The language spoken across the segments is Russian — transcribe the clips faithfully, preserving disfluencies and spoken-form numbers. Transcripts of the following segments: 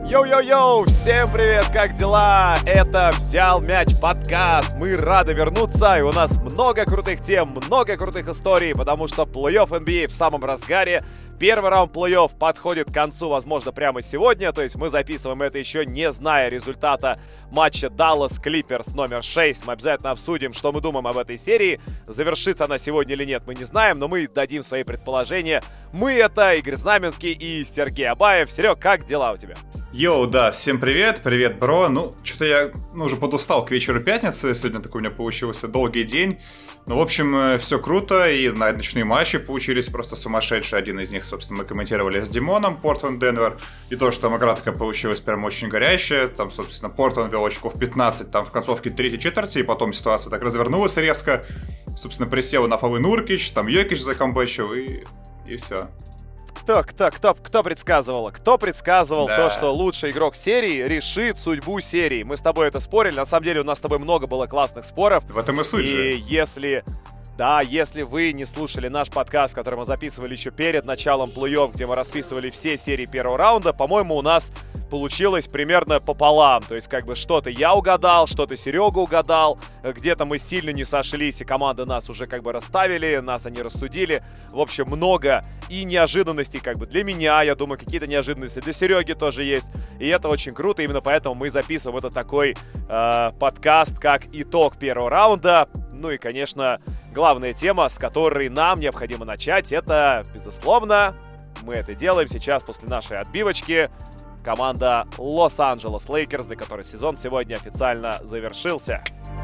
Йоу-йоу-йоу, всем привет, как дела? Это «Взял мяч» подкаст. Мы рады вернуться, и у нас много крутых тем, много крутых историй, потому что плей-офф эн би эй в самом разгаре. Первый раунд плей-офф подходит к концу, возможно, прямо сегодня. То есть мы записываем это еще не зная результата матча Dallas Clippers номер шесть. Мы обязательно обсудим, что мы думаем об этой серии. Завершится она сегодня или нет, мы не знаем, но мы дадим свои предположения. Мы — это Игорь Знаменский и Сергей Абаев. Серег, как дела у тебя? Йоу, да, всем привет, привет, бро. Ну, что-то я ну, уже подустал к вечеру пятницы. Сегодня такой у меня получился долгий день. Ну, в общем, все круто, и ночные матчи получились просто сумасшедшие. Один из них, собственно, мы комментировали с Димоном, Портленд-Денвер. И то, что там игра такая получилась прям очень горячая. Там, собственно, Портленд вел очков пятнадцать там в концовке третьей четверти, и потом ситуация так развернулась резко. Собственно, присел на фолы Нуркич, там Йокич закомбэчил, и, и все. Кто, кто, кто, кто предсказывал? Кто предсказывал да. то, что лучший игрок серии решит судьбу серии? Мы с тобой это спорили. На самом деле у нас с тобой много было классных споров. В этом и суть и же. И если... Да, если вы не слушали наш подкаст, который мы записывали еще перед началом плей-офф, где мы расписывали все серии первого раунда, по-моему, у нас получилось примерно пополам. То есть, как бы, что-то я угадал, что-то Серега угадал, где-то мы сильно не сошлись, и команды нас уже как бы расставили, нас они рассудили. В общем, много и неожиданностей как бы для меня, я думаю, какие-то неожиданности для Сереги тоже есть. И это очень круто, именно поэтому мы записываем это такой э, подкаст, как итог первого раунда. Ну и, конечно, главная тема, с которой нам необходимо начать, это, безусловно, мы это делаем сейчас после нашей отбивочки. Команда Лос-Анджелес Лейкерс, для которой сезон сегодня официально завершился.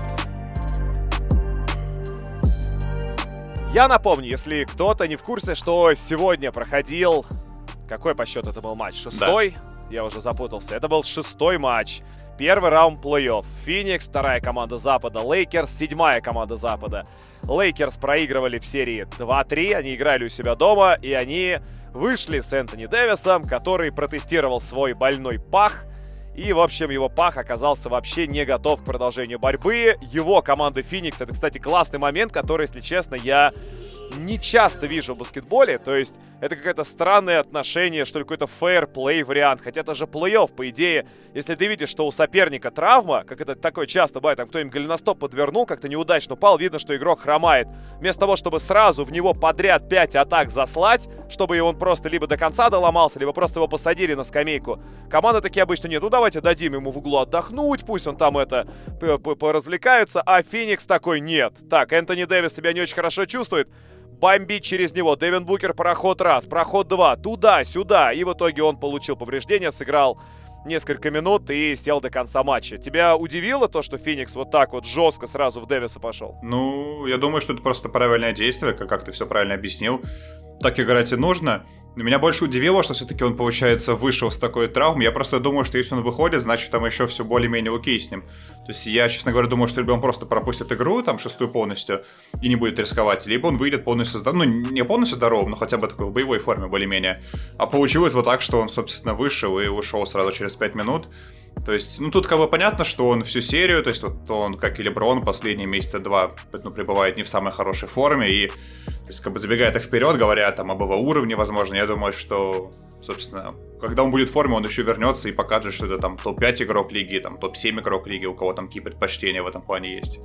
Я напомню, если кто-то не в курсе, что сегодня проходил... Какой по счету это был матч? Шестой? Да. Я уже запутался. Это был шестой матч. Первый раунд плей-офф. Феникс, вторая команда Запада. Лейкерс, седьмая команда Запада. Лейкерс проигрывали в серии два-три. Они играли у себя дома, и они вышли с Энтони Дэвисом, который протестировал свой больной пах. И, в общем, его пах оказался вообще не готов к продолжению борьбы. Его команда Феникс — это, кстати, классный момент, который, если честно, я не часто вижу в баскетболе. То есть это какое-то странное отношение, что ли, какой-то фэйр-плей вариант. Хотя это же плей-офф, по идее. Если ты видишь, что у соперника травма, как это такое часто бывает, там кто-нибудь голеностоп подвернул, как-то неудачно упал, видно, что игрок хромает. Вместо того, чтобы сразу в него подряд пять атак заслать, чтобы он просто либо до конца доломался, либо просто его посадили на скамейку, команда такие обычно нет. Ну, давайте дадим ему в углу отдохнуть, пусть он там это поразвлекается, а Феникс такой нет. Так, Энтони Дэвис себя не очень хорошо чувствует. Бомбить через него. Дэвин Букер проход раз, проход два, туда-сюда. И в итоге он получил повреждения, сыграл несколько минут и сел до конца матча. Тебя удивило то, что Феникс вот так вот жестко сразу в Дэвиса пошел? Ну, я думаю, что это просто правильное действие, как, как ты все правильно объяснил. Так играть и нужно. Но меня больше удивило, что все-таки он, получается, вышел с такой травмой. Я просто думаю, что если он выходит, значит, там еще все более-менее окей с ним. То есть я, честно говоря, думаю, что либо он просто пропустит игру, там, шестую полностью, и не будет рисковать, либо он выйдет полностью здоровым, ну, не полностью здоровым, но хотя бы такой в боевой форме более-менее. А получилось вот так, что он, собственно, вышел и ушел сразу через пять минут. То есть, ну, тут как бы понятно, что он всю серию, то есть вот он, как и Леброн, последние месяца два, ну, пребывает не в самой хорошей форме, и, то есть, как бы забегая так вперед, говоря там об его уровне, возможно, я думаю, что, собственно, когда он будет в форме, он еще вернется и покажет, что это там топ пять игрок лиги, там топ семь игрок лиги, у кого там какие предпочтения в этом плане есть.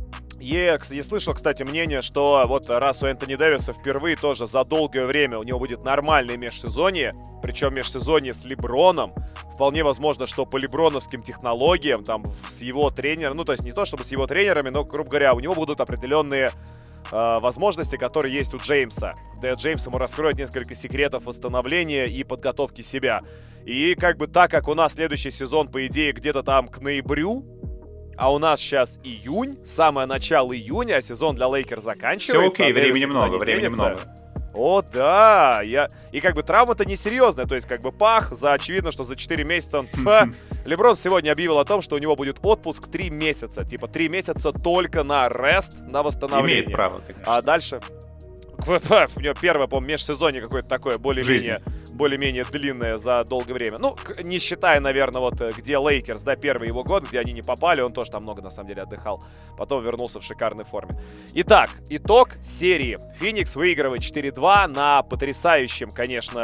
Я, я слышал, кстати, мнение, что вот раз у Энтони Дэвиса впервые тоже за долгое время у него будет нормальное межсезонье, причем межсезонье с Леброном, вполне возможно, что по леброновским технологиям, там, с его тренером, ну, то есть не то, чтобы с его тренерами, но, грубо говоря, у него будут определенные э, возможности, которые есть у Джеймса. Да, Джеймс ему раскроет несколько секретов восстановления и подготовки себя. И как бы так как у нас следующий сезон, по идее, где-то там к ноябрю, а у нас сейчас июнь, самое начало июня, а сезон для Лейкерс заканчивается. Все окей, времени много, времени много. О, да! Я... И как бы травма-то несерьезная, то есть как бы пах, за очевидно, что за четыре месяца он... Леброн сегодня объявил о том, что у него будет отпуск три месяца. Типа три месяца только на рест, на восстановление. Имеет право, конечно. А дальше... У него первое, по-моему, межсезонье какое-то такое, более-менее... более-менее длинное за долгое время. Ну, не считая, наверное, вот где Лейкерс, да, первый его год, где они не попали, он тоже там много, на самом деле, отдыхал. Потом вернулся в шикарной форме. Итак, итог серии. Феникс выигрывает четыре два на потрясающем, конечно,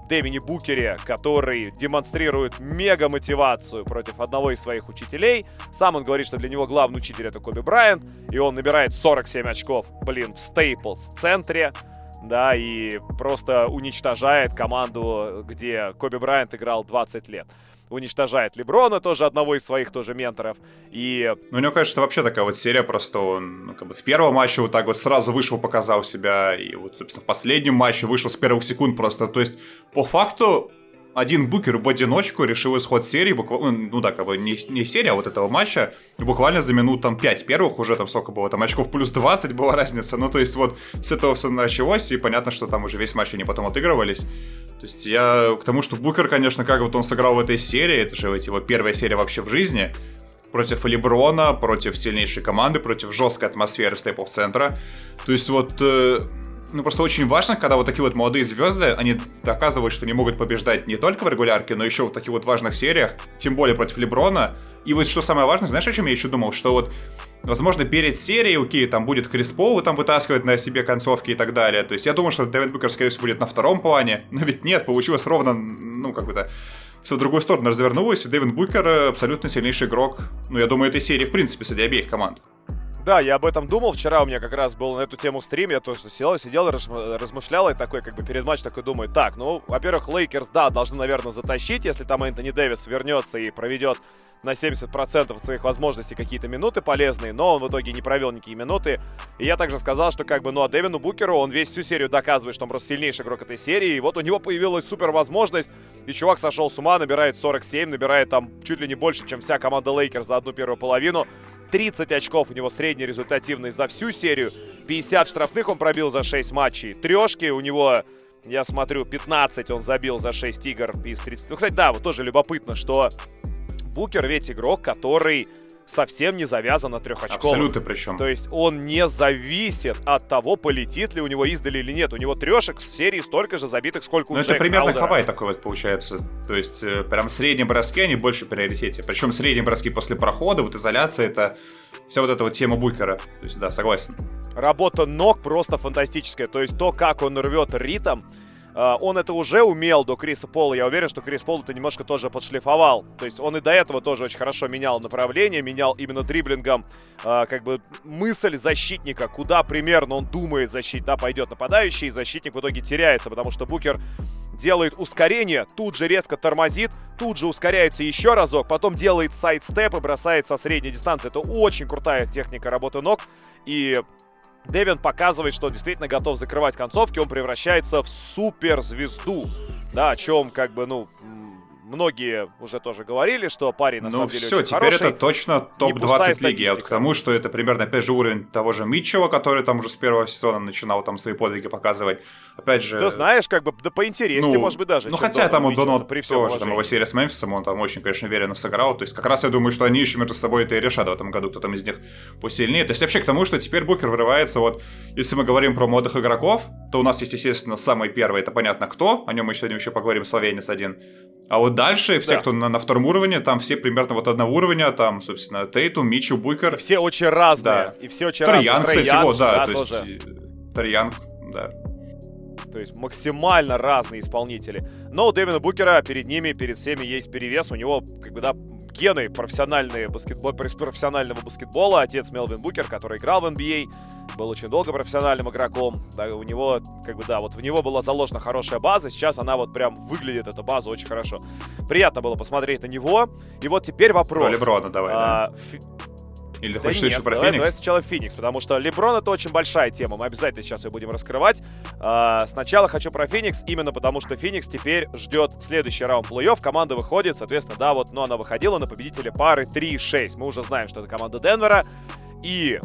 Дэвине Букере, который демонстрирует мега-мотивацию против одного из своих учителей. Сам он говорит, что для него главный учитель — это Коби Брайант, и он набирает сорок семь очков, блин, в Стейплс-центре, да, и просто уничтожает команду, где Коби Брайант играл двадцать лет. Уничтожает Леброна, тоже одного из своих тоже менторов. И... Ну, у него, конечно, вообще такая вот серия, просто он, ну, как бы в первом матче вот так вот сразу вышел, показал себя, и вот, собственно, в последнем матче вышел с первых секунд просто. То есть, по факту, один Букер в одиночку решил исход серии, буквально, ну да, как бы не, не серия, а вот этого матча, буквально за минут там пять первых уже там сколько было, там очков плюс двадцать была разница, ну то есть вот с этого все началось, и понятно, что там уже весь матч они потом отыгрывались. То есть я к тому, что Букер, конечно, как вот он сыграл в этой серии, это же его первая серия вообще в жизни, против Леброна, против сильнейшей команды, против жесткой атмосферы Стейплс-центра. То есть вот... Э, ну, просто очень важно, когда вот такие вот молодые звезды, они доказывают, что они могут побеждать не только в регулярке, но еще в таких вот важных сериях, тем более против Леброна. И вот что самое важное, знаешь, о чем я еще думал? Что вот, возможно, перед серией, окей, там будет Крис Пол, там вытаскивать на себе концовки и так далее. То есть я думал, что Дэвин Букер, скорее всего, будет на втором плане, но ведь нет, получилось ровно, ну, как бы-то, все в другую сторону развернулось, и Дэвин Букер абсолютно сильнейший игрок, ну, я думаю, этой серии, в принципе, среди обеих команд. Да, я об этом думал. Вчера у меня как раз был на эту тему стрим. Я тоже сидел, сидел, размышлял и такой, как бы перед матчем такой думаю, так, ну, во-первых, Лейкерс, да, должны, наверное, затащить, если там Энтони Дэвис вернется и проведет на семьдесят процентов своих возможностей какие-то минуты полезные, но он в итоге не провел никакие минуты. И я также сказал, что как бы, ну, а Дэвину Букеру, он весь всю серию доказывает, что он просто сильнейший игрок этой серии, и вот у него появилась супер возможность, и чувак сошел с ума, набирает сорок семь, набирает там чуть ли не больше, чем вся команда Лейкерс за одну первую половину. тридцать очков у него средняя результативность за всю серию, пятьдесят штрафных он пробил за шесть матчей, трешки у него, я смотрю, пятнадцать он забил за шесть игр из тридцати. Ну, кстати, да, вот тоже любопытно, что Букер ведь игрок, который совсем не завязан на трехочковых. Абсолютно причем. То есть он не зависит от того, полетит ли у него издали или нет. У него трешек в серии столько же забитых, сколько у Ну, Джека это примерно Краудера. Кавай такой вот получается. То есть э, прям средние броски, они больше в приоритете. Причем средние броски после прохода, вот изоляция, это вся вот эта вот тема Букера. То есть, да, согласен. Работа ног просто фантастическая. То есть то, как он рвет ритм, он это уже умел до Криса Пола. Я уверен, что Крис Пол это немножко тоже подшлифовал. То есть он и до этого тоже очень хорошо менял направление, менял именно дриблингом как бы мысль защитника, куда примерно он думает защитник, да, пойдет нападающий, и защитник в итоге теряется, потому что Букер делает ускорение, тут же резко тормозит, тут же ускоряется еще разок, потом делает сайдстеп и бросает со средней дистанции. Это очень крутая техника работы ног, и Дэвин показывает, что он действительно готов закрывать концовки, он превращается в суперзвезду, да, о чем, как бы, ну, многие уже тоже говорили, что парень на ну, самом деле все, очень теперь хороший. это точно топ двадцать лиги. А вот к тому, что это примерно, опять же, уровень того же Митчелла, который там уже с первого сезона начинал там свои подвиги показывать. Опять же... Ты знаешь, как бы, да поинтереснее, ну, может быть, даже. Ну, хотя там у Дональда при всем тоже, там его серия с Мемфисом, он там очень, конечно, уверенно сыграл. То есть как раз я думаю, что они еще между собой это и решат в этом году, кто там из них посильнее. То есть вообще к тому, что теперь Букер врывается, вот, если мы говорим про молодых игроков, то у нас есть, естественно, самый первый, это понятно кто, о нем мы сегодня еще поговорим, словенец один. А вот дальше все, да. кто на, на втором уровне, там все примерно вот одного уровня, там, собственно, Тейтум, Митчелл, Букер. И все очень разные. Да. И все очень Трейянг, разные. Трейянг, кстати, да, вот, да, тоже. то есть Трейянг, да. То есть максимально разные исполнители. Но у Дэвина Букера перед ними, перед всеми есть перевес. У него, как бы, да, гены профессиональные баскетбол, профессионального баскетбола. Отец Мелвин Букер, который играл в эн би эй, был очень долго профессиональным игроком. Да, у него, как бы, да, вот в него была заложена хорошая база. Сейчас она вот прям выглядит, эта база, очень хорошо. Приятно было посмотреть на него. И вот теперь вопрос. Про Леброна давай, а, да. Фи... Или ты да хочешь нет, еще про давай, Феникс? Давай сначала Феникс, потому что Леброн — это очень большая тема. Мы обязательно сейчас ее будем раскрывать. А, сначала хочу про Феникс, именно потому что Феникс теперь ждет следующий раунд плей-офф. Команда выходит, соответственно, да, вот, но она выходила на победителя пары три шесть. Мы уже знаем, что это команда Денвера. И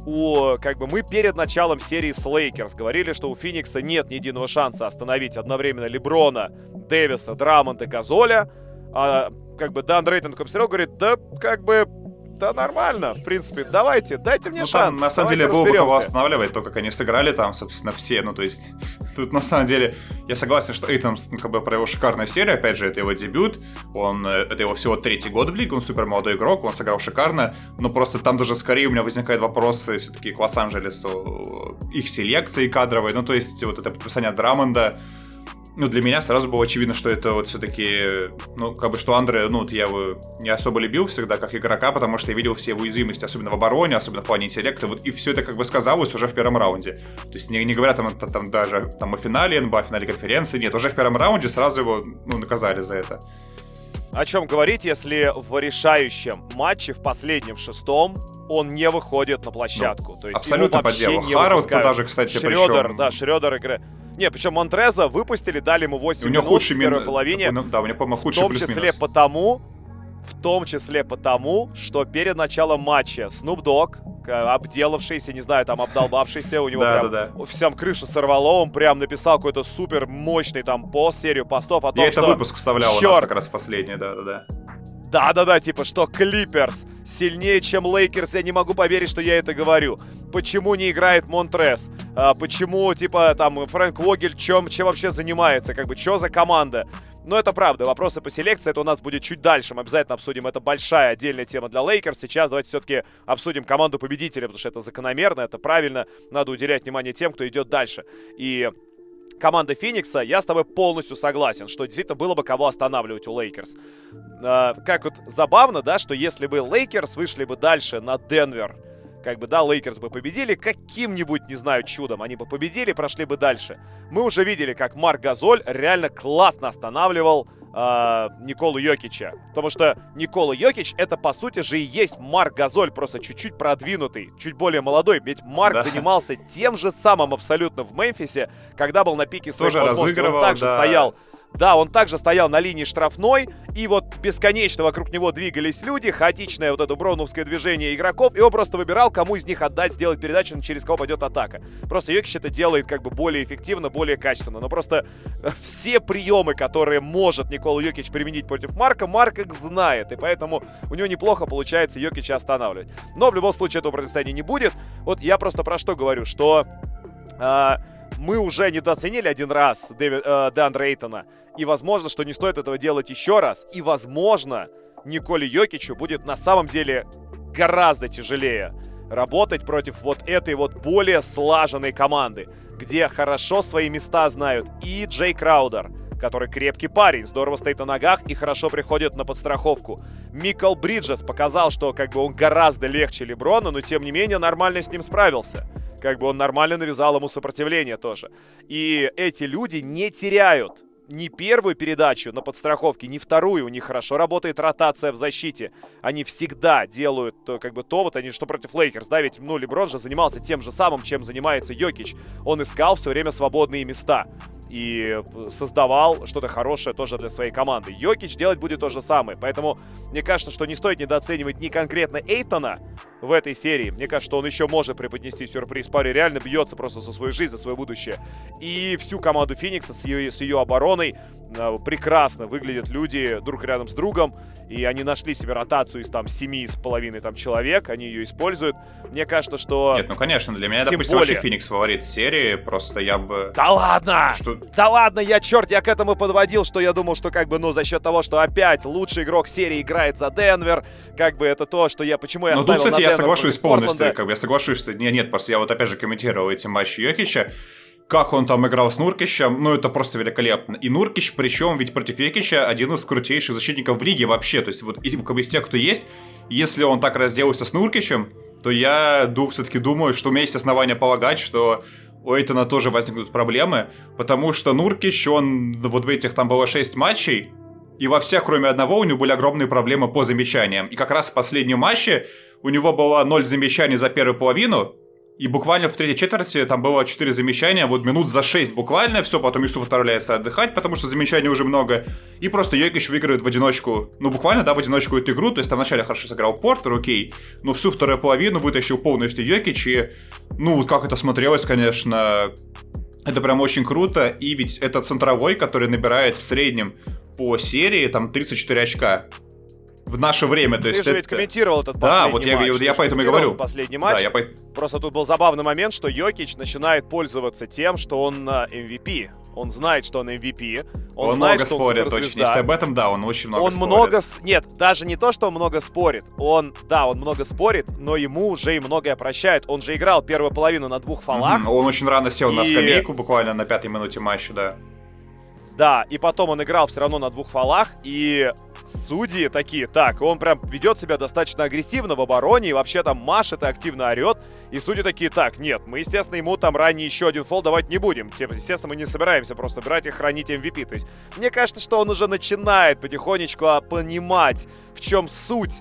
у, как бы, мы перед началом серии с Лейкерс говорили, что у Феникса нет ни единого шанса остановить одновременно Леброна, Дэвиса, Драмонда и Газоля. А, как бы, Дан Рейтон посмотрел, говорит, да, как бы, да нормально, в принципе, давайте, дайте мне ну, шанс. Там, на самом деле, было бы кого останавливать, то, как они сыграли там, собственно, все, ну, то есть, тут, на самом деле, я согласен, что Эйтон, ну, как бы, про его шикарную серию, опять же, это его дебют, он, это его всего третий год в лиге, он супер молодой игрок, он сыграл шикарно, но просто там даже скорее у меня возникают вопросы все-таки к Лос-Анджелесу, их селекции кадровой, ну, то есть, вот это подписание Драмонда, ну, для меня сразу было очевидно, что это вот все-таки, ну, как бы, что Андре, ну, вот я его не особо любил всегда как игрока, потому что я видел все его уязвимости, особенно в обороне, особенно в плане интеллекта, вот, и все это как бы сказалось уже в первом раунде. То есть не, не говоря там, там даже там, о финале эн би эй, о финале конференции, нет, уже в первом раунде сразу его, ну, наказали за это. О чем говорить, если в решающем матче, в последнем, в шестом, он не выходит на площадку. Ну, То есть абсолютно по делу. Харрод даже, кстати, Шрёдер, причем... да, Шрёдер играет. Не, причем Монтреза выпустили, дали ему восемь минут в первой мин... половине. Да, у него, по-моему, худший в том плюс-минус. числе потому, в том числе потому, что перед началом матча Snoop Dogg, обделавшийся, не знаю, там обдолбавшийся, у него да, прям да, да. всем крышу сорвало, он прям написал какой-то супер мощный там пост, серию постов о том, Я что... это выпуск вставлял Чёрт. у нас как раз последний, да-да-да. Да-да-да, типа, что Клиперс сильнее, чем Лейкерс, я не могу поверить, что я это говорю. Почему не играет Монтрез? А, почему, типа, там, Фрэнк Вогель чем, чем вообще занимается? Как бы, что за команда? Но это правда, вопросы по селекции, это у нас будет чуть дальше, мы обязательно обсудим, это большая отдельная тема для Лейкерс. Сейчас давайте все-таки обсудим команду победителя, потому что это закономерно, это правильно, надо уделять внимание тем, кто идет дальше. И... команда Феникса, я с тобой полностью согласен, что действительно было бы кого останавливать у Лейкерс. Э, как вот забавно, да, что если бы Лейкерс вышли бы дальше на Денвер, как бы, да, Лейкерс бы победили каким-нибудь, не знаю, чудом, они бы победили, прошли бы дальше. Мы уже видели, как Марк Газоль реально классно останавливал э, Николу Йокича. Потому что Никола Йокич это, по сути же, и есть Марк Газоль, просто чуть-чуть продвинутый, чуть более молодой. Ведь Марк да. занимался тем же самым абсолютно в Мемфисе, когда был на пике своих тоже возможностей. Он также да. стоял. Да, он также стоял на линии штрафной, и вот бесконечно вокруг него двигались люди, хаотичное вот это броуновское движение игроков, и он просто выбирал, кому из них отдать, сделать передачу, через кого пойдет атака. Просто Йокич это делает как бы более эффективно, более качественно. Но просто все приемы, которые может Никола Йокич применить против Марка, Марк их знает, и поэтому у него неплохо получается Йокича останавливать. Но в любом случае этого противостояния не будет. Вот я просто про что говорю, что... Э, мы уже недооценили один раз Дэви, э, Деандре Эйтона. И возможно, что не стоит этого делать еще раз. И возможно, Николе Йокичу будет на самом деле гораздо тяжелее работать против вот этой вот более слаженной команды, где хорошо свои места знают и Джей Краудер, который крепкий парень, здорово стоит на ногах и хорошо приходит на подстраховку. Микал Бриджес показал, что как бы он гораздо легче Леброна, но тем не менее нормально с ним справился. Как бы он нормально навязал ему сопротивление тоже. И эти люди не теряют ни первую передачу на подстраховке, ни вторую. У них хорошо работает ротация в защите. Они всегда делают то, как бы то, вот они что против Лейкерс, да, ведь, ну, Леброн же занимался тем же самым, чем занимается Йокич. Он искал все время свободные места и создавал что-то хорошее тоже для своей команды. Йокич делать будет то же самое. Поэтому мне кажется, что не стоит недооценивать ни конкретно Эйтона в этой серии. Мне кажется, что он еще может преподнести сюрприз. Парень реально бьется просто за свою жизнь, за свое будущее. И всю команду Феникса с ее, с ее обороной прекрасно выглядят люди друг рядом с другом. И они нашли себе ротацию из там семи с половиной там человек. Они ее используют. Мне кажется, что... Нет, ну конечно, для меня, допустим, более... вообще Феникс фаворит серии. Просто я бы... Да ладно! Что... Да ладно, я черт, я к этому подводил, что я думал, что как бы, ну, за счет того, что опять лучший игрок серии играет за Денвер, как бы это то, что я... Почему я ну, ставил тут, кстати, на я Денвер соглашусь полностью. Портленда. Как бы я соглашусь, что... Нет, нет, просто я вот опять же комментировал эти матчи Йокича. Как он там играл с Нуркичем, ну это просто великолепно. И Нуркич, причем ведь против Йокича один из крутейших защитников в лиге вообще. То есть вот из, как бы, из тех, кто есть, если он так разделался с Нуркичем, то я ду, все-таки думаю, что у меня есть основания полагать, что у Эйтона тоже возникнут проблемы, потому что Нуркич, он вот в этих там было шесть матчей, и во всех, кроме одного, у него были огромные проблемы по замечаниям. И как раз в последнем матче у него было ноль замечаний за первую половину, и буквально в третьей четверти там было четыре замечания, вот минут за шесть буквально, все, потом Юсуф отправляется отдыхать, потому что замечаний уже много, и просто Йокич выигрывает в одиночку, ну буквально, да, в одиночку эту игру, то есть там вначале хорошо сыграл Портер, окей, но всю вторую половину вытащил полностью Йокич, и, ну, вот как это смотрелось, конечно, это прям очень круто, и ведь это центровой, который набирает в среднем по серии там тридцать четыре очка. В наше время, то Ты есть же это... ведь комментировал этот да, последний вот я, матч. я, я поэтому и говорю. Последний матч. Да, я по... Просто тут был забавный момент, что Йокич начинает пользоваться тем, что он эм ви пи. Он знает, что он эм ви пи. Он, он знает, много что спорит, он точно. Если об этом, да, он очень много он спорит. много... Нет, даже не то, что он много спорит. Он, да, он много спорит, но ему уже и многое прощают. Он же играл первую половину на двух фолах. Mm-hmm. Он очень рано сел и... на скамейку, буквально на пятой минуте матча, да. Да, и потом он играл все равно на двух фолах, и судьи такие, так, он прям ведет себя достаточно агрессивно в обороне, и вообще там машет и активно орет, и судьи такие, так, нет, мы, естественно, ему там ранее еще один фол давать не будем, типа, естественно, мы не собираемся просто брать и хранить эм ви пи, то есть мне кажется, что он уже начинает потихонечку понимать, в чем суть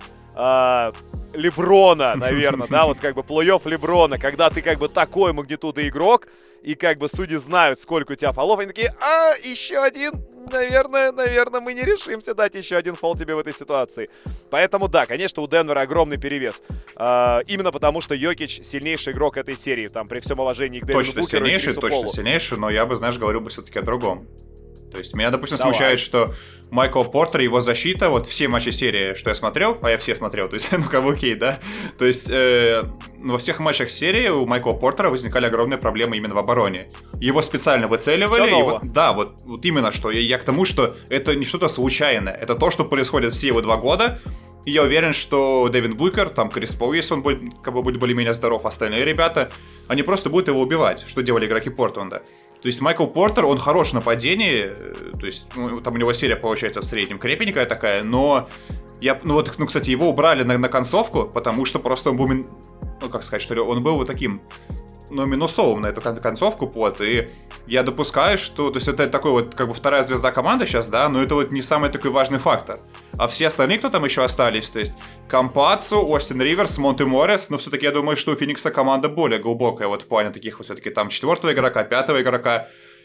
э, Леброна, наверное, да, вот как бы плей-офф Леброна, когда ты как бы такой магнитуды игрок, и как бы судьи знают, сколько у тебя фолов, они такие, а, еще один, наверное, наверное, мы не решимся дать еще один фол тебе в этой ситуации. Поэтому, да, конечно, у Денвера огромный перевес. А, именно потому, что Йокич сильнейший игрок этой серии, там, при всем уважении к Дэвиду Точно Букеру и сильнейший, Крису точно Полу. сильнейший, но я бы, знаешь, говорил бы все-таки о другом. То есть меня, допустим, Давай. смущает, что Майкл Портер, его защита, вот все матчи серии, что я смотрел, а я все смотрел, то есть, ну, как бы окей, да, то есть э, во всех матчах серии у Майкла Портера возникали огромные проблемы именно в обороне. Его специально выцеливали, и вот, да, вот, вот именно что, я, я к тому, что это не что-то случайное, это то, что происходит все его два года. И я уверен, что Дэвин Букер, там Крис Пол, если он будет, как бы будет более-менее здоров, остальные ребята, они просто будут его убивать, что делали игроки Портленда. То есть Майкл Портер, он хорош в нападении, то есть ну, там у него серия получается в среднем крепенькая такая, но я, ну вот, ну, кстати, его убрали на, на концовку, потому что просто он был, ну как сказать, что ли, он был вот таким, ну, минусовым на эту концовку под, и я допускаю, что, то есть это такой вот, как бы вторая звезда команды сейчас, да, но это вот не самый такой важный фактор. А все остальные, кто там еще остались, то есть Кампацу, Остин Риверс, Монте Моррис, но все-таки я думаю, что у Феникса команда более глубокая, вот в плане таких вот все-таки там четвертого игрока, пятого игрока,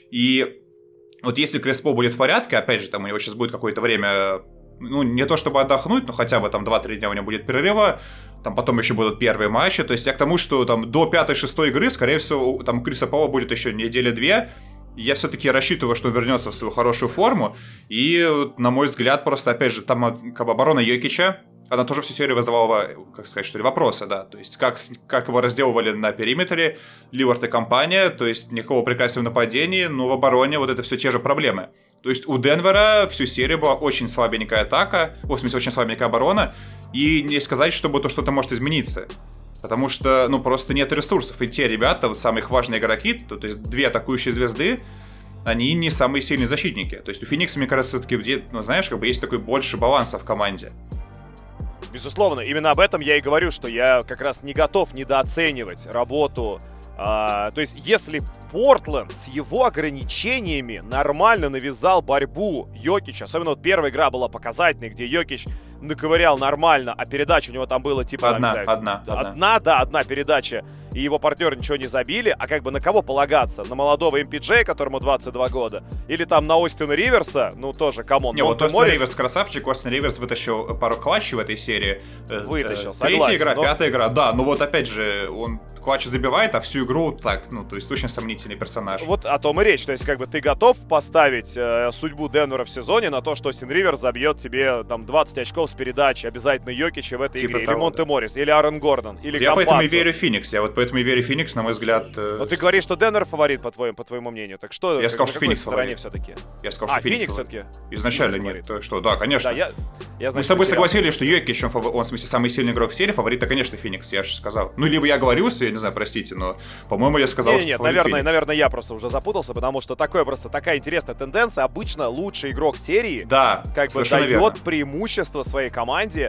и вот если Крис Пол будет в порядке, опять же, там у него сейчас будет какое-то время, ну, не то чтобы отдохнуть, но хотя бы там два-три дня у него будет перерыва, там потом еще будут первые матчи, то есть я к тому, что там до пятой-шестой игры, скорее всего, там у Криса Пола будет еще недели-две. Я все-таки рассчитываю, что он вернется в свою хорошую форму. И, на мой взгляд, просто, опять же, там как бы оборона Йокича, она тоже всю серию вызывала, как сказать, что ли, вопросы, да. То есть, как, как его разделывали на периметре, Ливард и компания, то есть, никакого прикрытия в нападении, но в обороне вот это все те же проблемы. То есть, у Денвера всю серию была очень слабенькая атака, в смысле, очень слабенькая оборона, и не сказать, чтобы то что-то может измениться. Потому что, ну, просто нет ресурсов. И те ребята, вот самые важные игроки, то, то есть две атакующие звезды, они не самые сильные защитники. То есть у Феникса, мне кажется, все-таки, ну, знаешь, как бы есть такой больше баланса в команде. Безусловно, именно об этом я и говорю, что я как раз не готов недооценивать работу. А, то есть, если Портленд с его ограничениями нормально навязал борьбу Йокич, особенно вот первая игра была показательной, где Йокич наковырял нормально, а передача у него там было типа... Одна, знаю, одна, одна. Одна, да, одна передача, и его партнеры ничего не забили, а как бы на кого полагаться? На молодого эм пи джей, которому двадцать два года? Или там на Остина Риверса? Ну, тоже, камон. Не, вот Остин Риверс красавчик, Остин Риверс вытащил пару клатчей в этой серии. Вытащил, Третья согласен, игра, но... пятая игра, да, ну вот опять же, он клатчи забивает, а всю игру так, ну, то есть очень сомнительный персонаж. Вот о том и речь, то есть как бы ты готов поставить э, судьбу Денвера в сезоне на то, что Остин Риверс забьет тебе там двадцать очков с передачи, обязательно Йокича в этой типа игре, того, или Монте да. Моррис, или Аарон Гордон, или Я Кампацо. поэтому и верю в Феникс, я вот поэтому и верю в Феникс, на мой взгляд. Э... Но ты говоришь, что Денвер фаворит, по твоему, по твоему мнению, так что... Я сказал, что Феникс фаворит. фаворит. Все-таки? Я сказал, а, что Феникс, Феникс фаворит. все-таки? Изначально Феникс нет, фаворит. что, да, конечно. Да, я, я, значит, Мы с тобой потерял. согласились, что Йокич, он, он, в смысле, самый сильный игрок в серии, фаворит-то, конечно, Феникс, я же сказал. Ну, либо я оговорился, я не знаю, простите, но, по-моему, я сказал, нет, что нет, фаворит наверное, Феникс. наверное, я просто уже запутался, потому что такое просто такая интересная тенденция. Обычно лучший игрок серии Да, как бы дает верно. преимущество своей команде,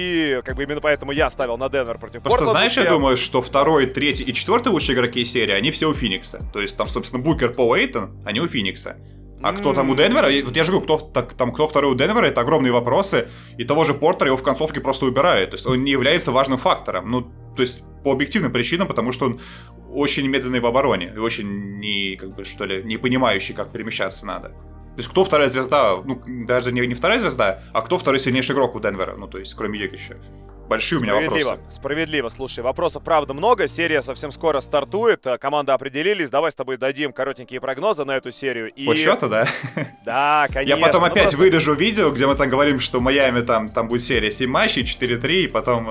и как бы именно поэтому я ставил на Денвер против Просто Портленда. знаешь, я думаю, что второй, третий и четвертый лучшие игроки серии, они все у Феникса. То есть там, собственно, Букер, Пол, Эйтон, они у Феникса. А кто там у Денвера? Вот я же говорю, кто, так, там, кто второй у Денвера, это огромные вопросы. И того же Портера его в концовке просто убирают. То есть он не является важным фактором. Ну, то есть по объективным причинам, потому что он очень медленный в обороне. И очень не, как бы, что ли, не понимающий, как перемещаться надо. То есть кто вторая звезда? Ну, даже не, не вторая звезда, а кто второй сильнейший игрок у Денвера? Ну, то есть, кроме Йокича. Большие у меня вопросы. Справедливо, справедливо. Слушай, вопросов правда много. Серия совсем скоро стартует. Команды определились. Давай с тобой дадим коротенькие прогнозы на эту серию. И... По счету, да? Да, конечно. Я потом ну, опять просто... вырежу видео, где мы там говорим, что в Майами там, там будет серия семь матчей, четыре-три, и потом...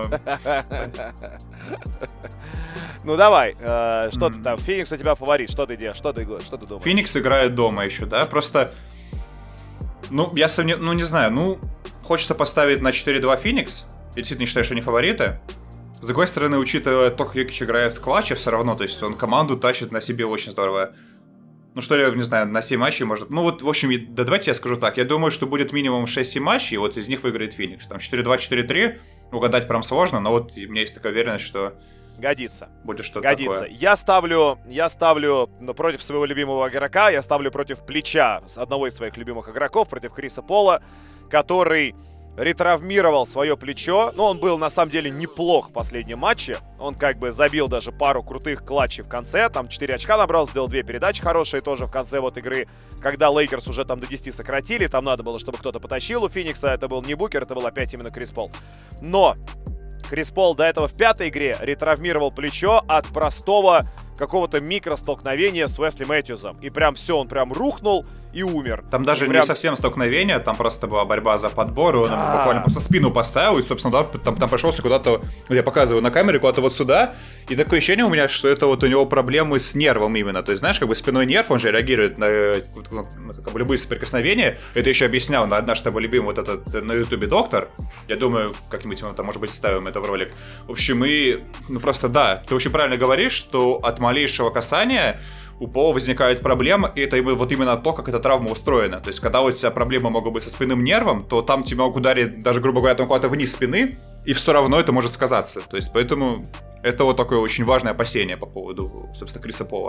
Ну давай, э, что ты там? Феникс у тебя фаворит. Что ты делаешь? Что ты, что ты думаешь? Феникс играет дома еще, да? Просто... Ну, я сомнев... ну не знаю, ну, хочется поставить на четыре-два Феникс. Я действительно считаю, что они фавориты. С другой стороны, учитывая то, как Йокич играет в клатче, все равно, то есть он команду тащит на себе очень здорово. Ну, что ли, не знаю, на семь матчей, может... Ну, вот, в общем, да давайте я скажу так. Я думаю, что будет минимум шесть-семь матчей, и вот из них выиграет Феникс. Там четыре-два, четыре-три, угадать прям сложно, но вот у меня есть такая уверенность, что... Годится. Будет что-то Годится. такое. Я ставлю, я ставлю ну, против своего любимого игрока, я ставлю против плеча одного из своих любимых игроков, против Криса Пола, который ретравмировал свое плечо. Ну, он был, на самом деле, неплох в последнем матче. Он как бы забил даже пару крутых клатчей в конце. Там четыре очка набрал, сделал две передачи хорошие тоже в конце вот игры. Когда Лейкерс уже там до десяти сократили, там надо было, чтобы кто-то потащил у Феникса. Это был не Букер, это был опять именно Крис Пол. Но Крис Пол до этого в пятой игре ретравмировал плечо от простого какого-то микростолкновения с Уэсли Мэтьюзом. И прям все, он прям рухнул и умер. Там даже и прям... не совсем столкновение, там просто была борьба за подбор, и он ему буквально просто спину поставил, и, собственно, да, там, там пришелся куда-то, я показываю на камере, куда-то вот сюда, и такое ощущение у меня, что это вот у него проблемы с нервом именно, то есть, знаешь, как бы спиной нерв, он же реагирует на, на, на как бы любые соприкосновения, это еще объяснял на наш тобой любимый вот этот на ютубе доктор, я думаю, как-нибудь мы там, может быть, ставим это в ролик. В общем, и, ну просто да, ты очень правильно говоришь, что от малейшего касания у Пола возникают проблемы, и это вот именно то, как эта травма устроена. То есть, когда у тебя проблемы могут быть со спинным нервом, то там тебя могут ударить, даже, грубо говоря, там куда-то вниз спины, и все равно это может сказаться. То есть, поэтому это вот такое очень важное опасение по поводу, собственно, Криса Пола.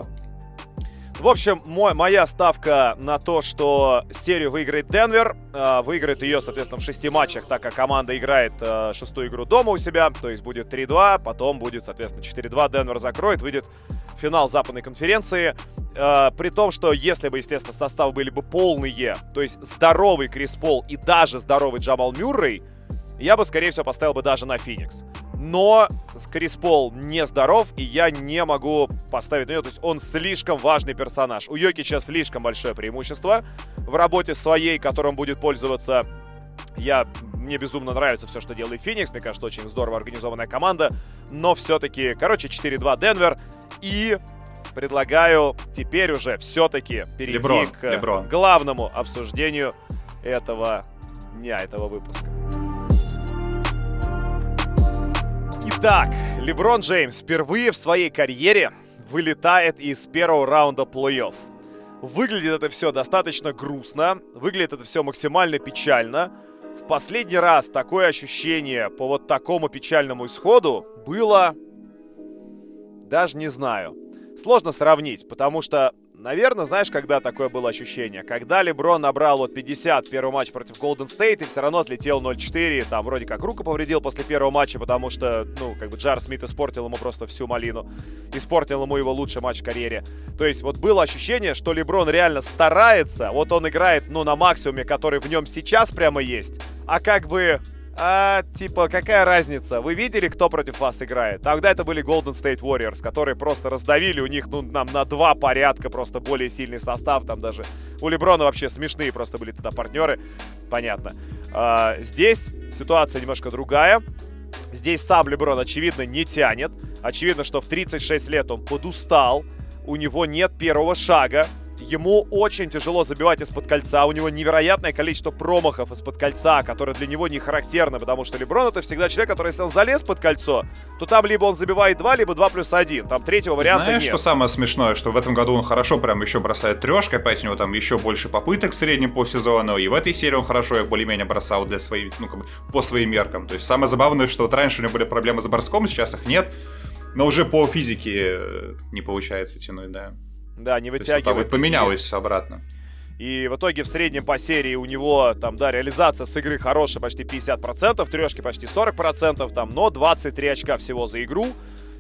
В общем, мой, моя ставка на то, что серию выиграет Денвер. Э, выиграет ее, соответственно, в шести матчах, так как команда играет э, шестую игру дома у себя. То есть будет три-два, потом будет, соответственно, четыре-два. Денвер закроет, выйдет в финал западной конференции. Э, при том, что если бы, естественно, составы были бы полные, то есть здоровый Крис Пол и даже здоровый Джамал Мюррей, я бы, скорее всего, поставил бы даже на Феникс. Но Крис Пол не здоров, и я не могу поставить на него. То есть он слишком важный персонаж. У Йокича слишком большое преимущество в работе своей, которым будет пользоваться. Я, мне безумно нравится все, что делает Феникс. Мне кажется, очень здорово организованная команда. Но все-таки, короче, четыре-два Денвер. И предлагаю теперь уже все-таки перейти Леброн, к Леброн. главному обсуждению этого дня, этого выпуска. Итак, Леброн Джеймс впервые в своей карьере вылетает из первого раунда плей-офф. Выглядит это все достаточно грустно, выглядит это все максимально печально. В последний раз такое ощущение по вот такому печальному исходу было... Даже не знаю. Сложно сравнить, потому что, наверное, знаешь, когда такое было ощущение? Когда Леброн набрал вот пятьдесят первый матч против Голден Стейт и все равно отлетел ноль четыре, там вроде как руку повредил после первого матча, потому что, ну, как бы Джар Смит испортил ему просто всю малину. Испортил ему его лучший матч в карьере. То есть вот было ощущение, что Леброн реально старается, вот он играет, ну, на максимуме, который в нем сейчас прямо есть, а как бы... А, типа, какая разница? Вы видели, кто против вас играет? Тогда это были Golden State Warriors, которые просто раздавили. У них, ну, нам на два порядка просто более сильный состав. Там даже у Леброна вообще смешные просто были тогда партнеры. Понятно. А, здесь ситуация немножко другая. Здесь сам Леброн, очевидно, не тянет. Очевидно, что в тридцать шесть лет он подустал. У него нет первого шага. Ему очень тяжело забивать из-под кольца. У него невероятное количество промахов из-под кольца, которое для него не характерно, потому что Леброн — это всегда человек, который, если он залез под кольцо, то там либо он забивает два, либо два плюс один. Там третьего варианта Знаешь, нет. что самое смешное? Что в этом году он хорошо прям еще бросает трешкой, опять у него там еще больше попыток в среднем по сезону, и в этой серии он хорошо их более-менее бросал для своих, ну, как бы, по своим меркам. То есть самое забавное, что вот раньше у него были проблемы с броском, сейчас их нет, но уже по физике не получается тянуть, да. Да, не вытягивает. То есть, вот поменялось обратно. И в итоге в среднем по серии у него там, да, реализация с игры хорошая, почти пятьдесят процентов, трешки почти сорок процентов, там, но двадцать три очка всего за игру.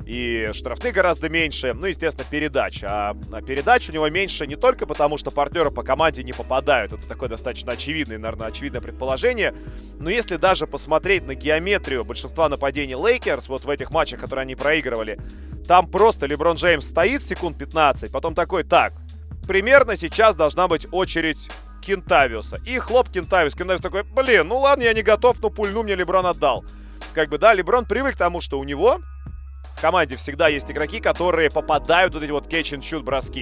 И штрафных гораздо меньше, ну, естественно, передач. А, а передач у него меньше не только потому, что партнеры по команде не попадают. Это такое достаточно очевидное, наверное, очевидное предположение. Но если даже посмотреть на геометрию большинства нападений Лейкерс, вот в этих матчах, которые они проигрывали, там просто Леброн Джеймс стоит секунд пятнадцать, потом такой, так, примерно сейчас должна быть очередь Кентавиуса. И хлоп, Кентавиус. Кентавиус такой, блин, ну ладно, я не готов, но пульну мне Леброн отдал. Как бы, да, Леброн привык к тому, что у него... В команде всегда есть игроки, которые попадают вот эти вот catch and shoot броски.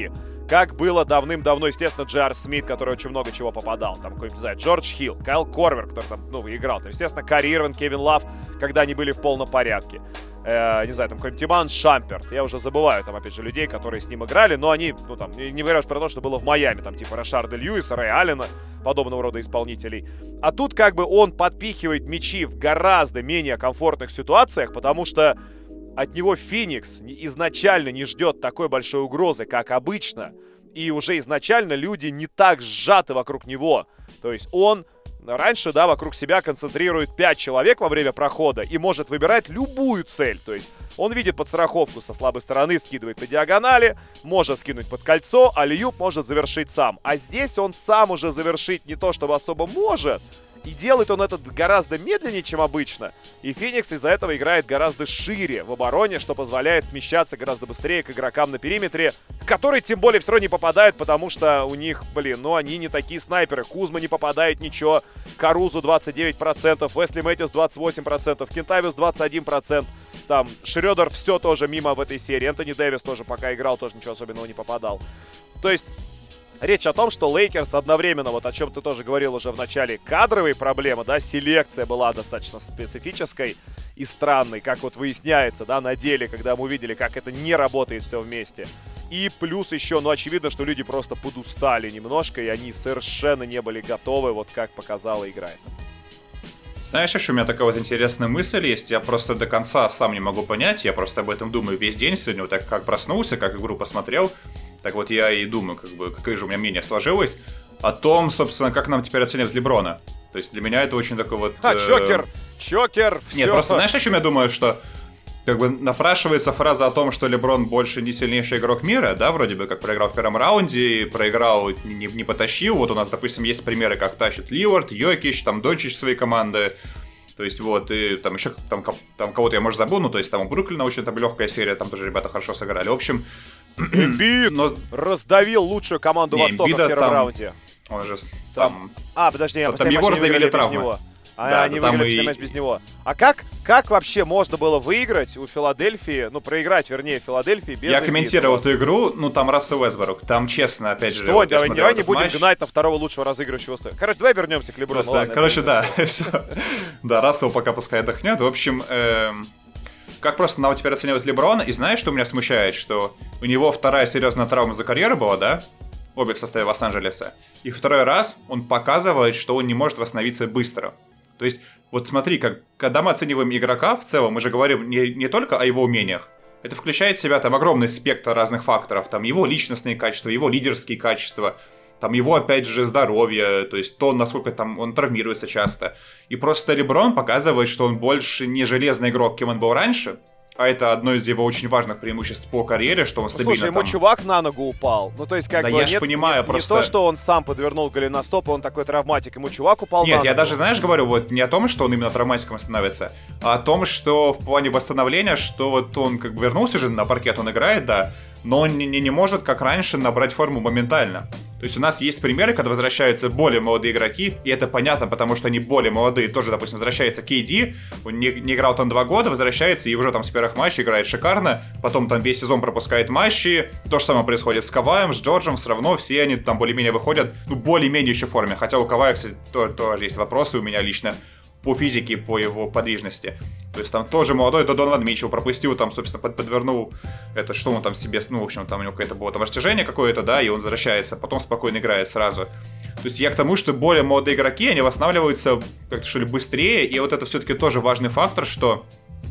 как было давным-давно, естественно, Джей Ар Смит, который очень много чего попадал. Там какой-нибудь, не знаю, Джордж Хилл, Кайл Корвер, который там, ну, играл. Там, естественно, Карри Ирвин, Кевин Лав, когда они были в полном порядке. Э, не знаю, там какой-нибудь Тиман Шамперт. Я уже забываю, там, опять же, людей, которые с ним играли, но они, ну, там, не, не говоря уж про то, что было в Майами, там, типа Рашарда Льюиса, Рэя Аллена, подобного рода исполнителей. А тут как бы он подпихивает мячи в гораздо менее комфортных ситуациях, потому что от него Феникс изначально не ждет такой большой угрозы, как обычно. И уже изначально люди не так сжаты вокруг него. То есть он раньше, да, вокруг себя концентрирует пять человек во время прохода и может выбирать любую цель. То есть он видит подстраховку со слабой стороны, скидывает по диагонали, может скинуть под кольцо, а аллей-оп может завершить сам. А здесь он сам уже завершить не то, чтобы особо может. И делает он это гораздо медленнее, чем обычно. И Феникс из-за этого играет гораздо шире в обороне, что позволяет смещаться гораздо быстрее к игрокам на периметре, которые тем более все равно не попадают, потому что у них, блин, ну они не такие снайперы. Кузма не попадает ничего, Карузу двадцать девять процентов, Уэсли Мэтьюс двадцать восемь процентов, Кентавиус двадцать один процент. Там Шрёдер все тоже мимо в этой серии. Энтони Дэвис тоже пока играл, тоже ничего особенного не попадал. То есть речь о том, что Лейкерс одновременно, вот о чем ты тоже говорил уже в начале, кадровые проблемы, да, селекция была достаточно специфической и странной, как вот выясняется, да, на деле, когда мы увидели, как это не работает все вместе. И плюс еще, ну, очевидно, что люди просто подустали немножко, и они совершенно не были готовы, вот как показала игра. Знаешь, еще у меня такая вот интересная мысль есть, я просто до конца сам не могу понять, я просто об этом думаю весь день сегодня, вот так как проснулся, как игру посмотрел. Так вот я и думаю, как бы, какое же у меня мнение сложилось о том, собственно, как нам теперь оценивать Леброна. То есть для меня это очень такой вот... А, э... чокер, чокер, все. Нет, просто знаешь, о чем я думаю, что как бы напрашивается фраза о том, что Леброн больше не сильнейший игрок мира, да, вроде бы как проиграл в первом раунде, проиграл, не, не потащил. Вот у нас, допустим, есть примеры, как тащит Ливард, Йокич, там Дончич свои команды. То есть вот, и там еще там, там кого-то я, может, забыл, ну, то есть там у Бруклина очень там легкая серия, там тоже ребята хорошо сыграли. В общем... Эмбид но... раздавил лучшую команду не, Востока Эмбида в первом там... раунде. Он же там... там... А, подожди, я там его раздавили травмы. А да, они выиграли и... матч без него. А как, как вообще можно было выиграть у Филадельфии, ну, проиграть, вернее, Филадельфии без Я комментировал эту игру, ну, там Рассел Уэсбрук, там честно, опять что, же... Что, давай, давай не будем матч. гнать на второго лучшего разыгрывающего. Короче, давай вернемся к Леброну. Просто, ладно, короче, да, все. Да, Рассел пока пускай отдохнет. В общем, как просто нам теперь оценивать Леброна, и знаешь, что меня смущает? Что у него вторая серьезная травма за карьеру была, да? Обе в составе Лос-Анджелеса. И второй раз он показывает, что он не может восстановиться быстро. То есть, вот смотри, как, когда мы оцениваем игрока в целом, мы же говорим не, не только о его умениях. Это включает в себя там огромный спектр разных факторов. Там его личностные качества, его лидерские качества, там его, опять же, здоровье, то есть то, насколько там он травмируется часто. И просто Леброн показывает, что он больше не железный игрок, кем он был раньше. А это одно из его очень важных преимуществ по карьере, что он ну, стабильно слушай, там... ему чувак на ногу упал. Ну, то есть, как да бы, я нет, ж понимаю, не, просто... не то, что он сам подвернул голеностоп, и он такой травматик. Ему чувак упал Нет, на ногу. я даже, знаешь, говорю, вот не о том, что он именно травматиком становится, а о том, что в плане восстановления, что вот он как бы вернулся же на паркет, он играет, да, но он не, не, не может, как раньше, набрать форму моментально. То есть у нас есть примеры, когда возвращаются более молодые игроки, и это понятно, потому что они более молодые. Тоже, допустим, возвращается Кей Ди, он не, не играл там два года, возвращается и уже там с первых матчей играет шикарно, потом там весь сезон пропускает матчи. То же самое происходит с Каваем, с Джорджем, все равно все они там более-менее выходят, ну, более-менее еще в форме. Хотя у Кавая, кстати, тоже, тоже есть вопросы у меня лично по физике, по его подвижности. То есть там тоже молодой Донован Митчелл пропустил, там, собственно, под, подвернул это, что он там себе, ну, в общем, там у него какое-то было там растяжение какое-то, да, и он возвращается, потом спокойно играет сразу. То есть я к тому, что более молодые игроки, они восстанавливаются как-то, что ли, быстрее, и вот это все-таки тоже важный фактор, что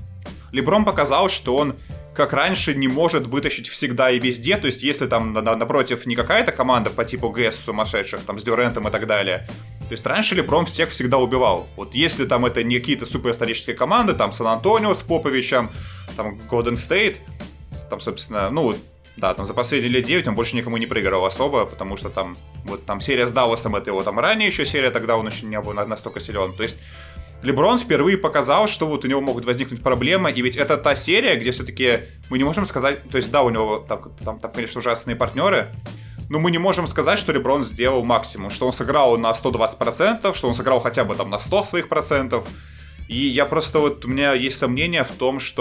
Леброн показал, что он, как раньше, не может вытащить всегда и везде, то есть если там на- напротив не какая-то команда по типу ГЭС сумасшедших, там, с Дюрентом и так далее. То есть раньше Леброн всех всегда убивал. Вот если там это не какие-то суперисторические команды, там Сан-Антонио с Поповичем, там Голден Стейт, там, собственно, ну, да, там за последние лет девять он больше никому не проигрывал особо, потому что там, вот там серия с Далласом, это его там ранее еще серия, тогда он еще не был настолько силен. То есть Леброн впервые показал, что вот у него могут возникнуть проблемы, и ведь это та серия, где все-таки мы не можем сказать, то есть да, у него там, там, там конечно, ужасные партнеры, но мы не можем сказать, что Леброн сделал максимум, что он сыграл на сто двадцать процентов, что он сыграл хотя бы там на сто своих процентов. И я просто вот, у меня есть сомнения в том, что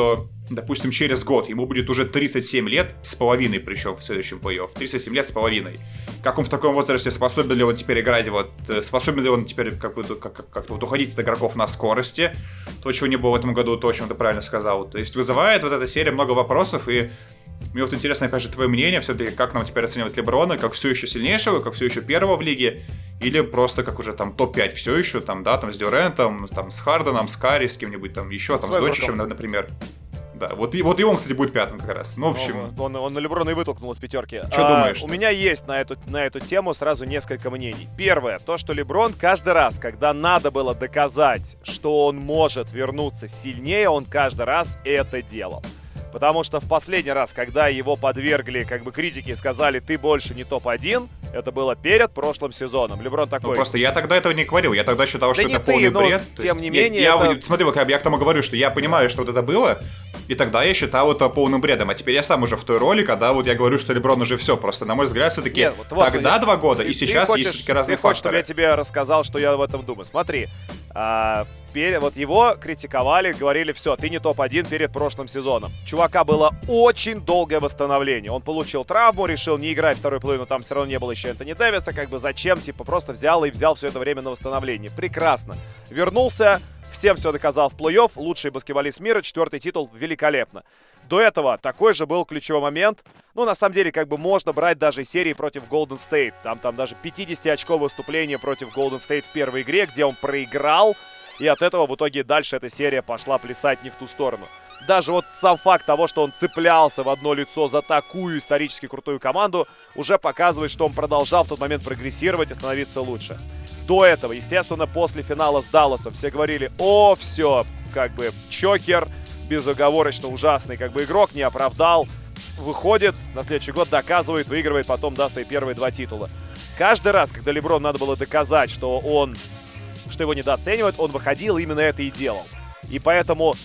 допустим, через год ему будет уже тридцать семь лет, с половиной причем в следующем плей-офф, тридцать семь лет с половиной. Как он в таком возрасте, способен ли он теперь играть, вот, способен ли он теперь как бы, как, как-то вот уходить от игроков на скорости, то, чего не было в этом году, то, о чем ты правильно сказал. То есть вызывает вот эта серия много вопросов, и мне вот интересно, опять же, твое мнение, все-таки, как нам теперь оценивать Леброна, как все еще сильнейшего, как все еще первого в лиге, или просто как уже там топ пять все еще, там, да, там, с Дюрентом, там, с Харденом, с Карри, с кем-нибудь там еще, там, с Дончичем, например. Да, вот и, вот и он, кстати, будет пятым как раз. Ну, в общем... Он, он на Леброна и вытолкнул из пятерки. Что а, думаешь? У меня есть на эту, на эту тему сразу несколько мнений. Первое, то, что Леброн каждый раз, когда надо было доказать, что он может вернуться сильнее, он каждый раз это делал. Потому что в последний раз, когда его подвергли как бы критике и сказали, ты больше не топ один, это было перед прошлым сезоном. Леброн такой... Ну просто я тогда этого не говорил, я тогда считал, да что не это ты, полный но, бред. Тем не есть, менее... Я, это... я, смотри, я к тому говорю, что я понимаю, что вот это было, и тогда я считал это полным бредом. А теперь я сам уже в той роли, когда вот я говорю, что Леброн уже все. Просто, на мой взгляд, все-таки Нет, вот, вот, тогда я... два года, ты, и сейчас хочешь, есть все-таки разные ты факторы. Хочешь, чтобы я тебе рассказал, что я в этом думаю? Смотри, а... Вот его критиковали, говорили, все, ты не топ один перед прошлым сезоном. Чувака было очень долгое восстановление. Он получил травму, решил не играть вторую половину, там все равно не было еще Энтони Дэвиса, как бы зачем, типа просто взял и взял все это время на восстановление. Прекрасно. Вернулся, всем все доказал в плей-офф, лучший баскетболист мира, четвертый титул, великолепно. До этого такой же был ключевой момент. Ну, на самом деле, как бы можно брать даже серии против Golden State. Там, там даже пятидесятиочковое выступление против Golden State в первой игре, где он проиграл. И от этого в итоге дальше эта серия пошла плясать не в ту сторону. Даже вот сам факт того, что он цеплялся в одно лицо за такую исторически крутую команду, уже показывает, что он продолжал в тот момент прогрессировать и становиться лучше. До этого, естественно, после финала с Далласом все говорили, о, все, как бы чокер, безоговорочно ужасный, как бы игрок, не оправдал. Выходит, на следующий год доказывает, выигрывает потом, да, свои первые два титула. Каждый раз, когда Леброн надо было доказать, что он... что его недооценивают, он выходил, именно это и делал. И поэтому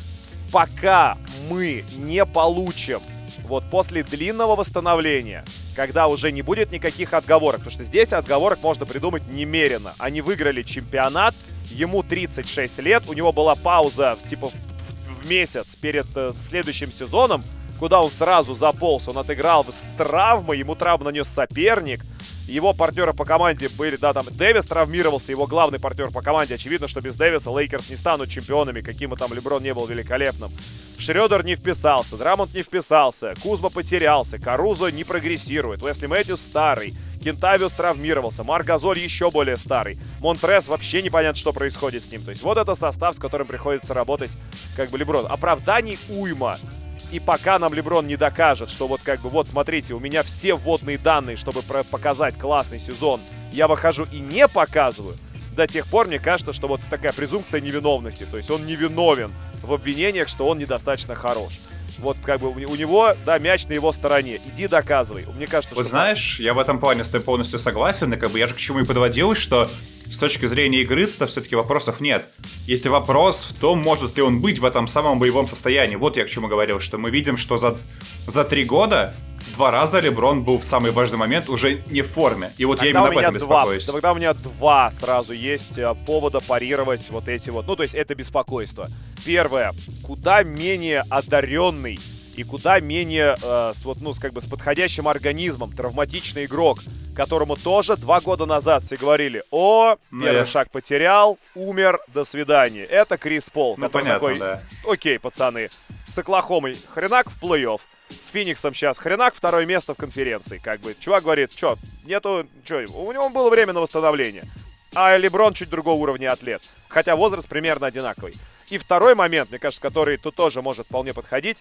пока мы не получим вот после длинного восстановления, когда уже не будет никаких отговорок, потому что здесь отговорок можно придумать немерено. Они выиграли чемпионат, ему тридцать шесть лет, у него была пауза типа в, в, в месяц перед э, следующим сезоном, куда он сразу заполз, он отыграл с травмой, ему травму нанес соперник. Его партнеры по команде были, да, там Дэвис травмировался, его главный партнер по команде. Очевидно, что без Дэвиса Лейкерс не станут чемпионами, каким бы там Леброн не был великолепным. Шрёдер не вписался, Драмонд не вписался, Кузма потерялся, Карузо не прогрессирует, Уэсли Мэтьюс старый, Кентавиус травмировался, Марк Газоль еще более старый, Монтрес вообще непонятно, что происходит с ним. То есть вот это состав, с которым приходится работать как бы Леброн. Оправданий уйма. И пока нам Леброн не докажет, что вот как бы, вот смотрите, у меня все вводные данные, чтобы показать классный сезон, я выхожу и не показываю, до тех пор мне кажется, что вот такая презумпция невиновности. То есть он невиновен в обвинениях, что он недостаточно хорош. Вот как бы у него, да, мяч на его стороне. Иди доказывай. Мне кажется, вот что... знаешь, я в этом плане с тобой полностью согласен. И как бы я же к чему и подводил, что с точки зрения игры-то все-таки вопросов нет. Есть вопрос в том, может ли он быть в этом самом боевом состоянии. Вот я к чему говорил, что мы видим, что за, за три года два раза Леброн был в самый важный момент уже не в форме. И вот тогда я именно об этом два, беспокоюсь. Тогда у меня два сразу есть повода парировать вот эти вот, ну то есть это беспокойство. Первое, куда менее одаренный и куда менее, э, с, вот, ну, с, как бы, с подходящим организмом, травматичный игрок, которому тоже два года назад все говорили, о, первый yeah. шаг потерял, умер, до свидания. Это Крис Пол, ну, который понятно, такой, да. окей, пацаны, с Оклахомой хренак в плей-офф, с Фениксом сейчас хренак, второе место в конференции. Как бы, чувак говорит, что, нету, что, у него было время на восстановление. А Леброн чуть другого уровня атлет. Хотя возраст примерно одинаковый. И второй момент, мне кажется, который тут тоже может вполне подходить.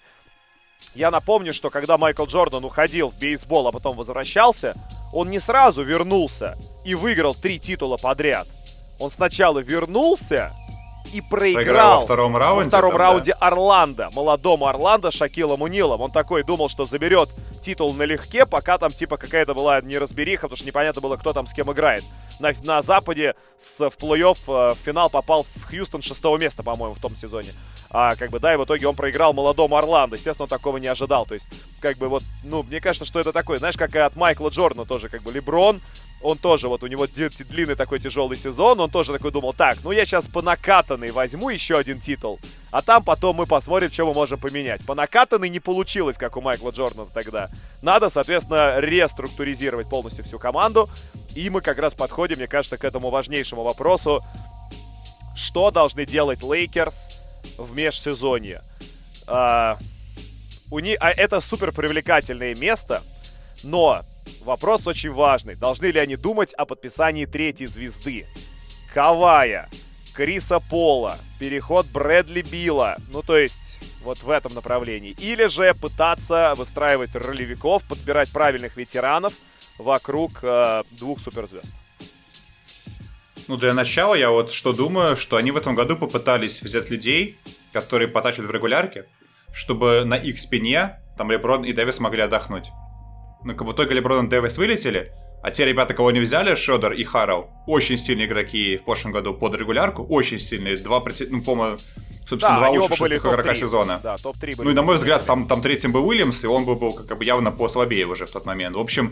Я напомню, что когда Майкл Джордан уходил в бейсбол, а потом возвращался, он не сразу вернулся и выиграл три титула подряд. Он сначала вернулся и проиграл, проиграл во втором раунде, во втором там, раунде да. Орландо, молодому Орландо, Шакилом Унилом. Он такой думал, что заберет титул налегке, пока там типа какая-то была неразбериха, потому что непонятно было, кто там с кем играет. На, на Западе с, в плей-офф э, в финал попал в Хьюстон шестого места, по-моему, в том сезоне. А, как бы, да, и в итоге он проиграл молодому Орландо. Естественно, он такого не ожидал. То есть, как бы, вот, ну, мне кажется, что это такое, знаешь, как и от Майкла Джордана тоже, как бы, Леброн он тоже, вот у него длинный такой тяжелый сезон, он тоже такой думал, так, ну я сейчас по накатанной возьму еще один титул, а там потом мы посмотрим, что мы можем поменять. По накатанной не получилось, как у Майкла Джордана тогда. Надо, соответственно, реструктуризировать полностью всю команду, и мы как раз подходим, мне кажется, к этому важнейшему вопросу, что должны делать Лейкерс в межсезонье. А, у них, а это супер привлекательное место, но вопрос очень важный. Должны ли они думать о подписании третьей звезды? Кавая, Криса Пола, переход Брэдли Билла. Ну, то есть, вот в этом направлении. Или же пытаться выстраивать ролевиков, подбирать правильных ветеранов вокруг э, двух суперзвезд. Ну, для начала я вот что думаю, что они в этом году попытались взять людей, которые потачат в регулярке, чтобы на их спине там Леброн и Дэвис могли отдохнуть. Ну, как бы в итоге Леброн и Дэвис вылетели, а те ребята, кого не взяли, Шредер и Харрелл, очень сильные игроки в прошлом году под регулярку, очень сильные, два, ну, по-моему, собственно, да, два лучших шестых игрока сезона. Да, топ-три были. Ну, и на мой взгляд, там, там третьим был Уильямс, и он бы был как бы явно послабее уже в тот момент. В общем,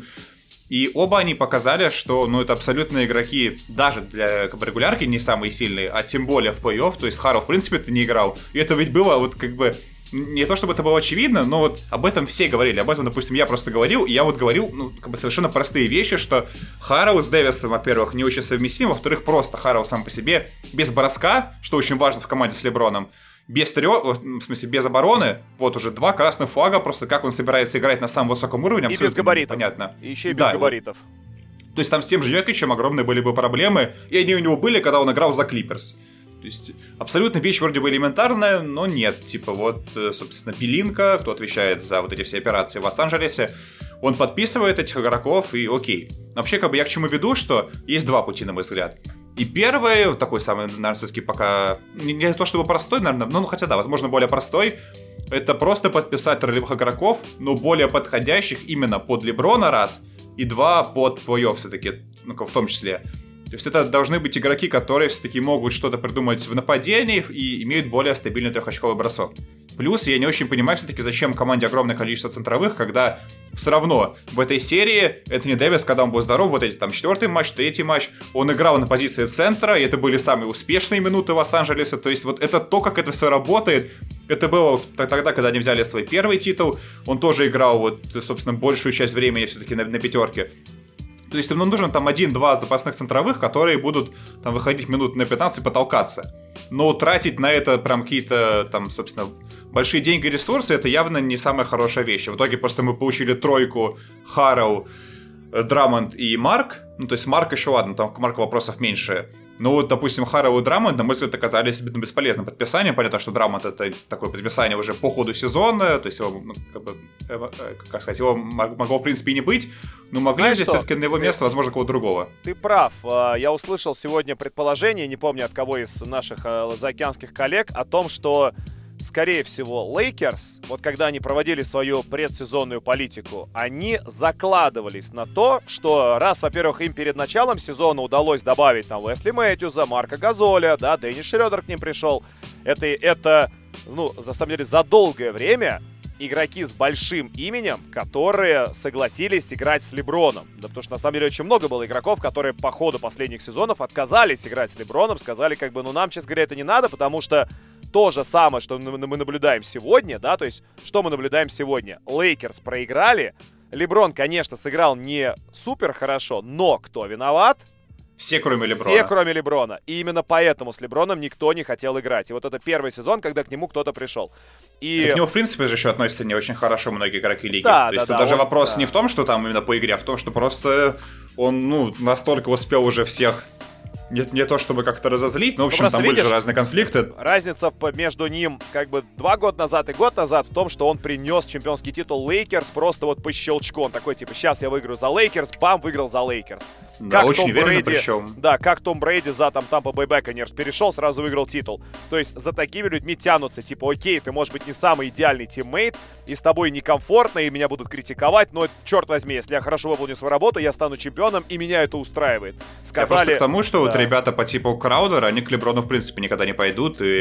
и оба они показали, что, ну, это абсолютно игроки, даже для как бы, регулярки не самые сильные, а тем более в плей-офф, то есть Харрелл, в принципе, ты не играл. И это ведь было вот как бы, не то чтобы это было очевидно, но вот об этом все говорили, об этом, допустим, я просто говорил, и я вот говорил, ну, как бы совершенно простые вещи, что Харрелл с Дэвисом, во-первых, не очень совместим, во-вторых, просто Харрелл сам по себе, без броска, что очень важно в команде с Леброном, без трех, в смысле, без обороны, вот уже два красных флага, просто как он собирается играть на самом высоком уровне, и без габаритов. Понятно. И еще и без да, габаритов. То есть там с тем же Йокичем огромные были бы проблемы, и они у него были, когда он играл за Клиперс. То есть абсолютно вещь вроде бы элементарная, но нет. Типа вот, собственно, Пилинка, кто отвечает за вот эти все операции в Лос-Анджелесе, он подписывает этих игроков, и окей. Вообще, как бы я к чему веду, что есть два пути, на мой взгляд. И первый, такой самый, наверное, все-таки пока... Не, не то чтобы простой, наверное, ну, хотя да, возможно, более простой. Это просто подписать ролевых игроков, но более подходящих именно под Леброна, раз, и два, под плей-офф все-таки, ну, в том числе. То есть это должны быть игроки, которые все-таки могут что-то придумать в нападении и имеют более стабильный трехочковый бросок. Плюс я не очень понимаю все-таки, зачем команде огромное количество центровых, когда все равно в этой серии Энтони Дэвис, когда он был здоров, вот эти там четвертый матч, третий матч, он играл на позиции центра, и это были самые успешные минуты Лос-Анджелеса. То есть вот это то, как это все работает. Это было тогда, когда они взяли свой первый титул. Он тоже играл вот, собственно, большую часть времени все-таки на, на пятерке. То есть им нужно там один-два запасных центровых, которые будут там выходить минут на пятнадцать и потолкаться. Но тратить на это прям какие-то там, собственно, большие деньги и ресурсы, это явно не самая хорошая вещь. В итоге просто мы получили тройку: Харрелл, Драмонд и Марк. Ну, то есть Марк еще ладно, там к Марку вопросов меньше. Ну вот, допустим, Харрелл и Драмонд, на мой взгляд, оказались бесполезным подписанием. Понятно, что Драмонд — это такое подписание уже по ходу сезона, то есть его, ну, как бы, как сказать, его могло, в принципе, и не быть, но могли Знаешь здесь что? все-таки на его место, возможно, кого-то другого. Ты прав. Я услышал сегодня предположение, не помню от кого из наших заокеанских коллег, о том, что, скорее всего, Лейкерс, вот когда они проводили свою предсезонную политику, они закладывались на то, что раз, во-первых, им перед началом сезона удалось добавить там Уэсли Мэтьюза, Марка Газоля, да, Деннис Шредер к ним пришел, это, это, ну, на самом деле, за долгое время игроки с большим именем, которые согласились играть с Леброном. Да, потому что, на самом деле, очень много было игроков, которые по ходу последних сезонов отказались играть с Леброном, сказали, как бы, ну, нам, честно говоря, это не надо, потому что то же самое, что мы наблюдаем сегодня, да, то есть, что мы наблюдаем сегодня? Лейкерс проиграли, Леброн, конечно, сыграл не супер хорошо, но кто виноват? Все, кроме Леброна. Все, кроме Леброна. И именно поэтому с Леброном никто не хотел играть. И вот это первый сезон, когда к нему кто-то пришел. И... К нему, в принципе, же еще относятся не очень хорошо многие игроки лиги. Да, То есть да, тут да, даже он, вопрос да. не в том, что там именно по игре, а в том, что просто он, ну, настолько успел уже всех... Не, не то чтобы как-то разозлить, но, в общем, ну, там видишь, были же разные конфликты. Разница между ним как бы два года назад и год назад в том, что он принес чемпионский титул Лейкерс просто вот по щелчку. Он такой, типа, сейчас я выиграю за Лейкерс, бам, выиграл за Лейкерс. Да, как очень Том уверенно Брейди, причем. Да, как Том Брейди за там Тампа Бэй Баконерс перешел, сразу выиграл титул. То есть за такими людьми тянутся, типа, окей, ты, может быть, не самый идеальный тиммейт, и с тобой некомфортно, и меня будут критиковать, но, черт возьми, если я хорошо выполню свою работу, я стану чемпионом, и меня это устраивает. Сказали... Я просто к тому, что да. вот ребята по типу Краудера, они к Леброну, в принципе, никогда не пойдут, и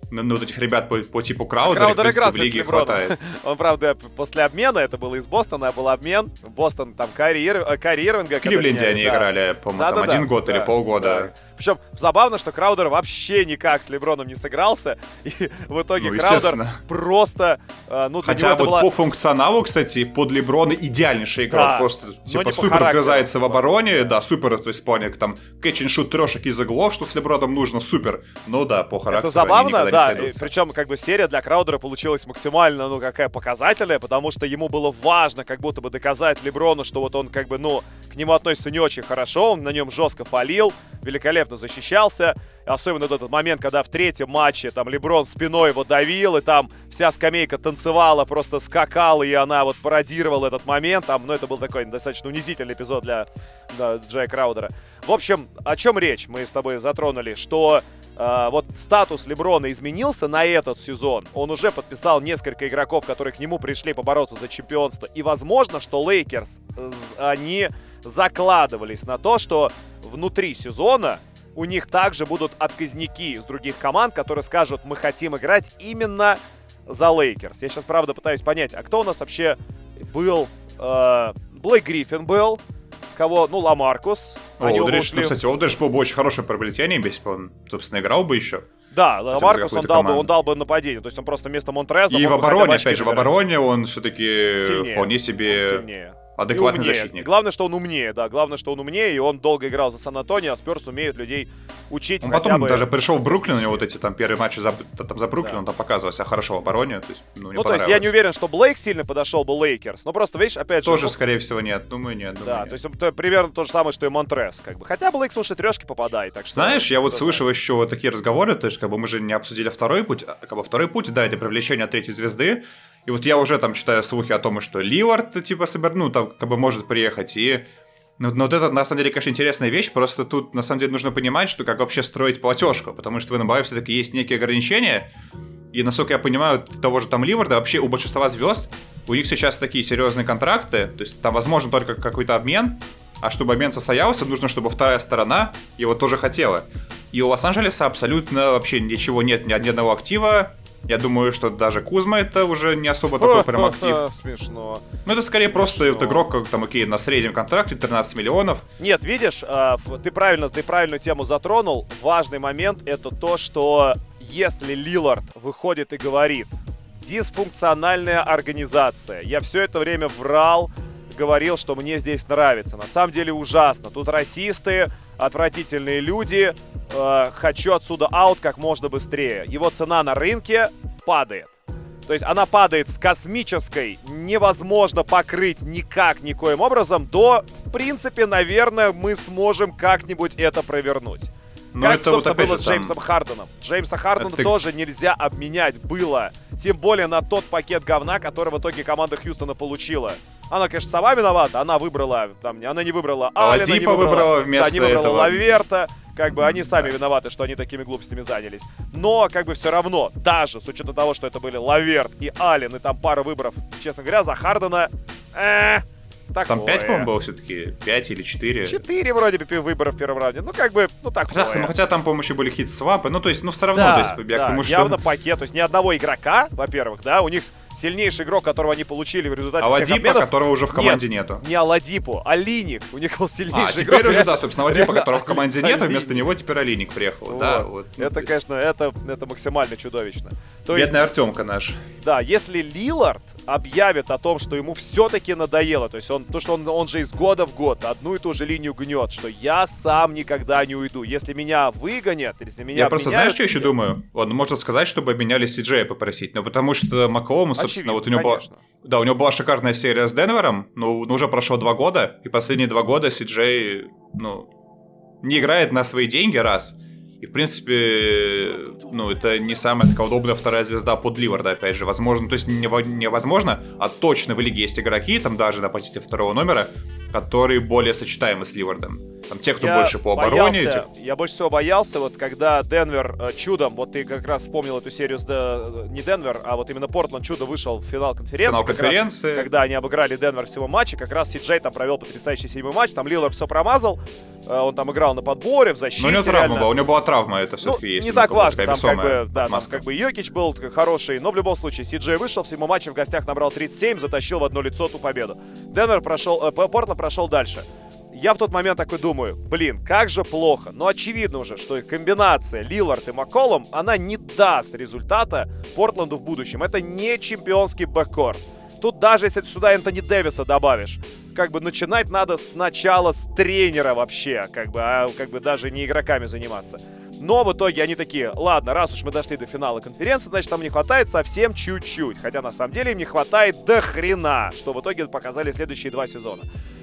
ну, вот этих ребят по, по типу Краудера, Краудер играл, в лиге Леброном. хватает. Он, правда, после обмена, это было из Бостона, был обмен. Бостон, там, Кайри, Ир... Кайри Ирвинга. В Кливленде они да. играли, по-моему, да, там да, один да, год да, или полгода. Да. Причем забавно, что Краудер вообще никак с Леброном не сыгрался. И в итоге ну, Краудер просто... Ну, Хотя вот была... по функционалу, кстати, под Леброна идеальнейший игрок. Да, просто типа супер вгрызается в обороне. Да, супер, то есть плане там кэтч-н-шут трешек из углов, что с Леброном нужно, супер. Ну да, по характеру. Это забавно, да. Причем как бы серия для Краудера получилась максимально, ну, какая показательная, потому что ему было важно как будто бы доказать Леброну, что вот он как бы, ну, к нему относится не очень хорошо, он на нем жестко фалил, великолепно защищался. Особенно вот этот момент, когда в третьем матче там Леброн спиной его давил, и там вся скамейка танцевала, просто скакала, и она вот пародировала этот момент. Там, ну, это был такой достаточно унизительный эпизод для, для Джея Краудера. В общем, о чем речь мы с тобой затронули, что э, вот статус Леброна изменился на этот сезон. Он уже подписал несколько игроков, которые к нему пришли побороться за чемпионство. И возможно, что Лейкерс, они закладывались на то, что внутри сезона у них также будут отказники из других команд, которые скажут, мы хотим играть именно за Лейкерс. Я сейчас, правда, пытаюсь понять, а кто у нас вообще был? Э, Блейк Гриффин был. Кого? Ну, Ламаркус. Олдридж. Ну, кстати, Олдридж был бы очень хорошее приобретение, если бы он, собственно, играл бы еще. Да, Ламаркус он дал, бы, он дал бы нападение. То есть он просто вместо Монтреза... И в обороне, опять же, в обороне он все-таки сильнее. Вполне себе... Сильнее. Адекватный защитник. Главное, что он умнее, да. Главное, что он умнее, и он долго играл за Сан-Антонио, а Спёрс умеют людей учить. Он потом бы... даже пришел в Бруклин, у него вот эти там первые матчи за, там, за Бруклин, да. Он там показывал себя хорошо в обороне. То есть, ну, ну то есть я не уверен, что Блейк сильно подошел бы Лейкерс. Но просто, видишь, опять же... Тоже, ну... скорее всего, нет. Думаю, нет. Думаю, да, нет. то есть это примерно то же самое, что и Монтрез, как бы. Хотя Блейк, слушай, трешки попадает. Так что... Знаешь, я вот слышал еще вот такие разговоры, то есть как бы мы же не обсудили второй путь, а как бы второй путь, да, это привлечение третьей звезды. И вот я уже там читаю слухи о том, что Лилард, типа, собер... ну, там, как бы может приехать, и... Ну, но вот это, на самом деле, конечно, интересная вещь, просто тут, на самом деле, нужно понимать, что как вообще строить платежку, потому что в эн бэ а все-таки есть некие ограничения, и, насколько я понимаю, того же там Лиларда, вообще у большинства звезд, у них сейчас такие серьезные контракты, то есть там возможен только какой-то обмен, а чтобы обмен состоялся, нужно, чтобы вторая сторона его тоже хотела. И у Лос-Анджелеса абсолютно вообще ничего нет, ни одного актива. Я думаю, что даже Кузма это уже не особо такой прям актив. Смешно. Ну, это скорее Смешно. Просто вот игрок, как там, окей, на среднем контракте тринадцать миллионов. Нет, видишь, ты правильно, ты правильную тему затронул. Важный момент это то, что если Лилард выходит и говорит, дисфункциональная организация, я все это время врал, говорил, что мне здесь нравится. На самом деле ужасно. Тут расисты, отвратительные люди. Э, хочу отсюда аут как можно быстрее. Его цена на рынке падает. То есть она падает с космической, невозможно покрыть никак, никоим образом, до, в принципе, наверное, мы сможем как-нибудь это провернуть. Но как, это собственно, вот было с там... Джеймсом Харденом. Джеймса Хардена это... тоже нельзя обменять было. Тем более на тот пакет говна, который в итоге команда Хьюстона получила. Она, конечно, сама виновата. Она выбрала, там, она не выбрала Аллена, не выбрала, выбрала вместо да, не выбрала этого. Лаверта. Как бы они сами виноваты, что они такими глупостями занялись. Но, как бы, все равно, даже с учетом того, что это были Лаверт и Аллен, и там пара выборов, честно говоря, за Хардена... Э, такое. Там пять, по-моему, было все-таки. пять или четыре. четыре вроде бы выборов в первом раунде. Ну, как бы, ну, так хотя, ну, хотя там, по-моему, еще были хит-свапы. Ну, то есть, ну, все равно, да, то есть, я да, к тому, что... явно пакет. То есть, ни одного игрока, во-первых, да, у них... Сильнейший игрок, которого они получили в результате Аладипа, всех обменов... которого уже в команде нет, нету. Не Аладипу, а Линик. У них был сильнейший а, игрок. А, теперь уже, да, собственно, Аладипа, которого в команде нет, а вместо него теперь Алиник приехал. Вот. Да, вот. Ну, это, конечно, это, это максимально чудовищно. То Бедный есть, Артемка наш. Да, если Лилард объявит о том, что ему все-таки надоело, то есть он, то, что он, он же из года в год одну и ту же линию гнет, что я сам никогда не уйду. Если меня выгонят, если меня Я просто, знаешь, что я... еще думаю? Он может сказать, чтобы обменяли Си-Джея попросить, но потому что Макколому, собственно, Очевидно, вот у него была... Да, у него была шикарная серия с Денвером, но, но уже прошло два года, и последние два года Си-Джей, ну, не играет на свои деньги, раз. И, в принципе, ну, это не самая такая удобная вторая звезда под Лиларда, опять же, возможно, то есть невозможно, а точно в лиге есть игроки, там даже на позиции второго номера, которые более сочетаемы с Лилардом. Там те, кто я больше по обороне. Боялся, те... Я больше всего боялся, вот когда Денвер э, чудом, вот ты как раз вспомнил эту серию с Де, не Денвер, а вот именно Портленд чудо вышел в финал конференции. Финал конференции. Раз, когда они обыграли Денвер всего матча, как раз Си Джей там провел потрясающий седьмой матч, там Лиллард все промазал, э, он там играл на подборе, в защите. Но у него травма была, у него была травма, это все-таки ну, есть. Не так важно, там как бы, да, там как бы Йокич был хороший, но в любом случае Си Джей вышел, в седьмом матче в гостях набрал тридцать семь, затащил в одно лицо ту победу. Денвер прошел, э, Портленд прошел дальше. Я в тот момент такой думаю, блин, как же плохо. Но очевидно уже, что комбинация Лиллард и Макколум, она не даст результата Портленду в будущем. Это не чемпионский бэккорт. Тут даже если ты сюда Энтони Дэвиса добавишь, как бы начинать надо сначала с тренера вообще, как бы, а как бы даже не игроками заниматься. Но в итоге они такие, ладно, раз уж мы дошли до финала конференции, значит, нам не хватает совсем чуть-чуть. Хотя на самом деле им не хватает до хрена, что в итоге показали следующие два сезона.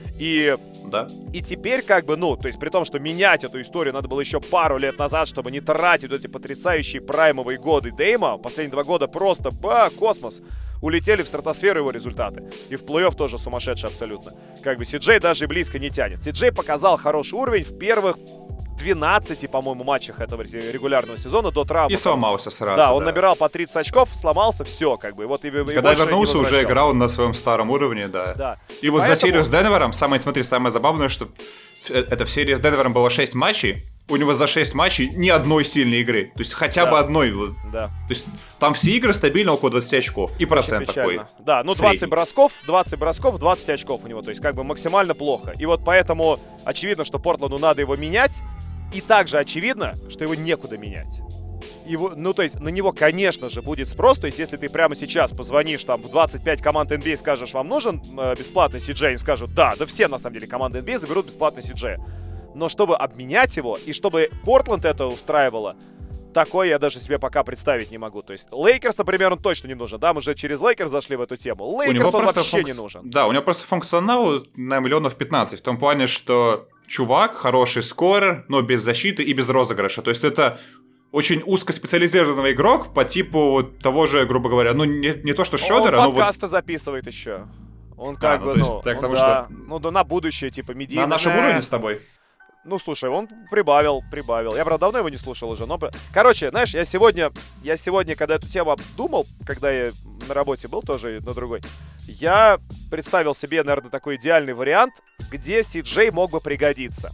И, да. и теперь как бы, ну, то есть при том, что менять эту историю надо было еще пару лет назад, чтобы не тратить вот эти потрясающие праймовые годы Дейма. Последние два года просто, ба, космос. Улетели в стратосферу его результаты. И в плей-офф тоже сумасшедший абсолютно. Как бы Си Джей даже и близко не тянет. Си Джей показал хороший уровень в первых двенадцати, по-моему, матчах этого регулярного сезона до травмы. И сломался сразу. Да, да, он набирал по тридцать очков, сломался, все, как бы. Вот и, и Когда вернулся, уже играл на своем старом уровне, да. да. И вот Поэтому... за серию с Денвером, самое, смотри, самое забавное, что это в серии с Денвером было шесть матчей, у него за шесть матчей ни одной сильной игры. То есть хотя да. бы одной. Да. То есть там все игры стабильно около двадцати очков. И процент такой. Да, ну двадцать средний. бросков, двадцать бросков, двадцать очков у него. То есть как бы максимально плохо. И вот поэтому очевидно, что Портленду надо его менять. И также очевидно, что его некуда менять. Его, ну, то есть на него, конечно же, будет спрос. То есть если ты прямо сейчас позвонишь там в двадцать пять команд эн би эй и скажешь, вам нужен э, бесплатный Си Джей, они скажут, да, да все на самом деле команды эн би эй заберут бесплатный Си Джей. Но чтобы обменять его и чтобы Портленд это устраивало, такое я даже себе пока представить не могу. То есть Лейкерс, например, он точно не нужен. Да, мы же через Лейкерс зашли в эту тему. Лейкерс он вообще функ... не нужен. Да, у него просто функционал на миллионов пятнадцать. В том плане, что чувак, хороший скорер, но без защиты и без розыгрыша. То есть это очень узкоспециализированный игрок по типу вот того же, грубо говоря, ну не, не то что Шрёдера, но вот... Он подкасты записывает еще. Он как а, бы, ну, то есть, ну, так, ну, потому да, что... ну да, на будущее, типа, медийное. На нашем уровне с тобой? Ну, слушай, он прибавил, прибавил. Я, правда, давно его не слушал уже, но... Короче, знаешь, я сегодня, я сегодня, когда эту тему обдумал, когда я на работе был тоже на другой, я представил себе, наверное, такой идеальный вариант, где Си Джей мог бы пригодиться.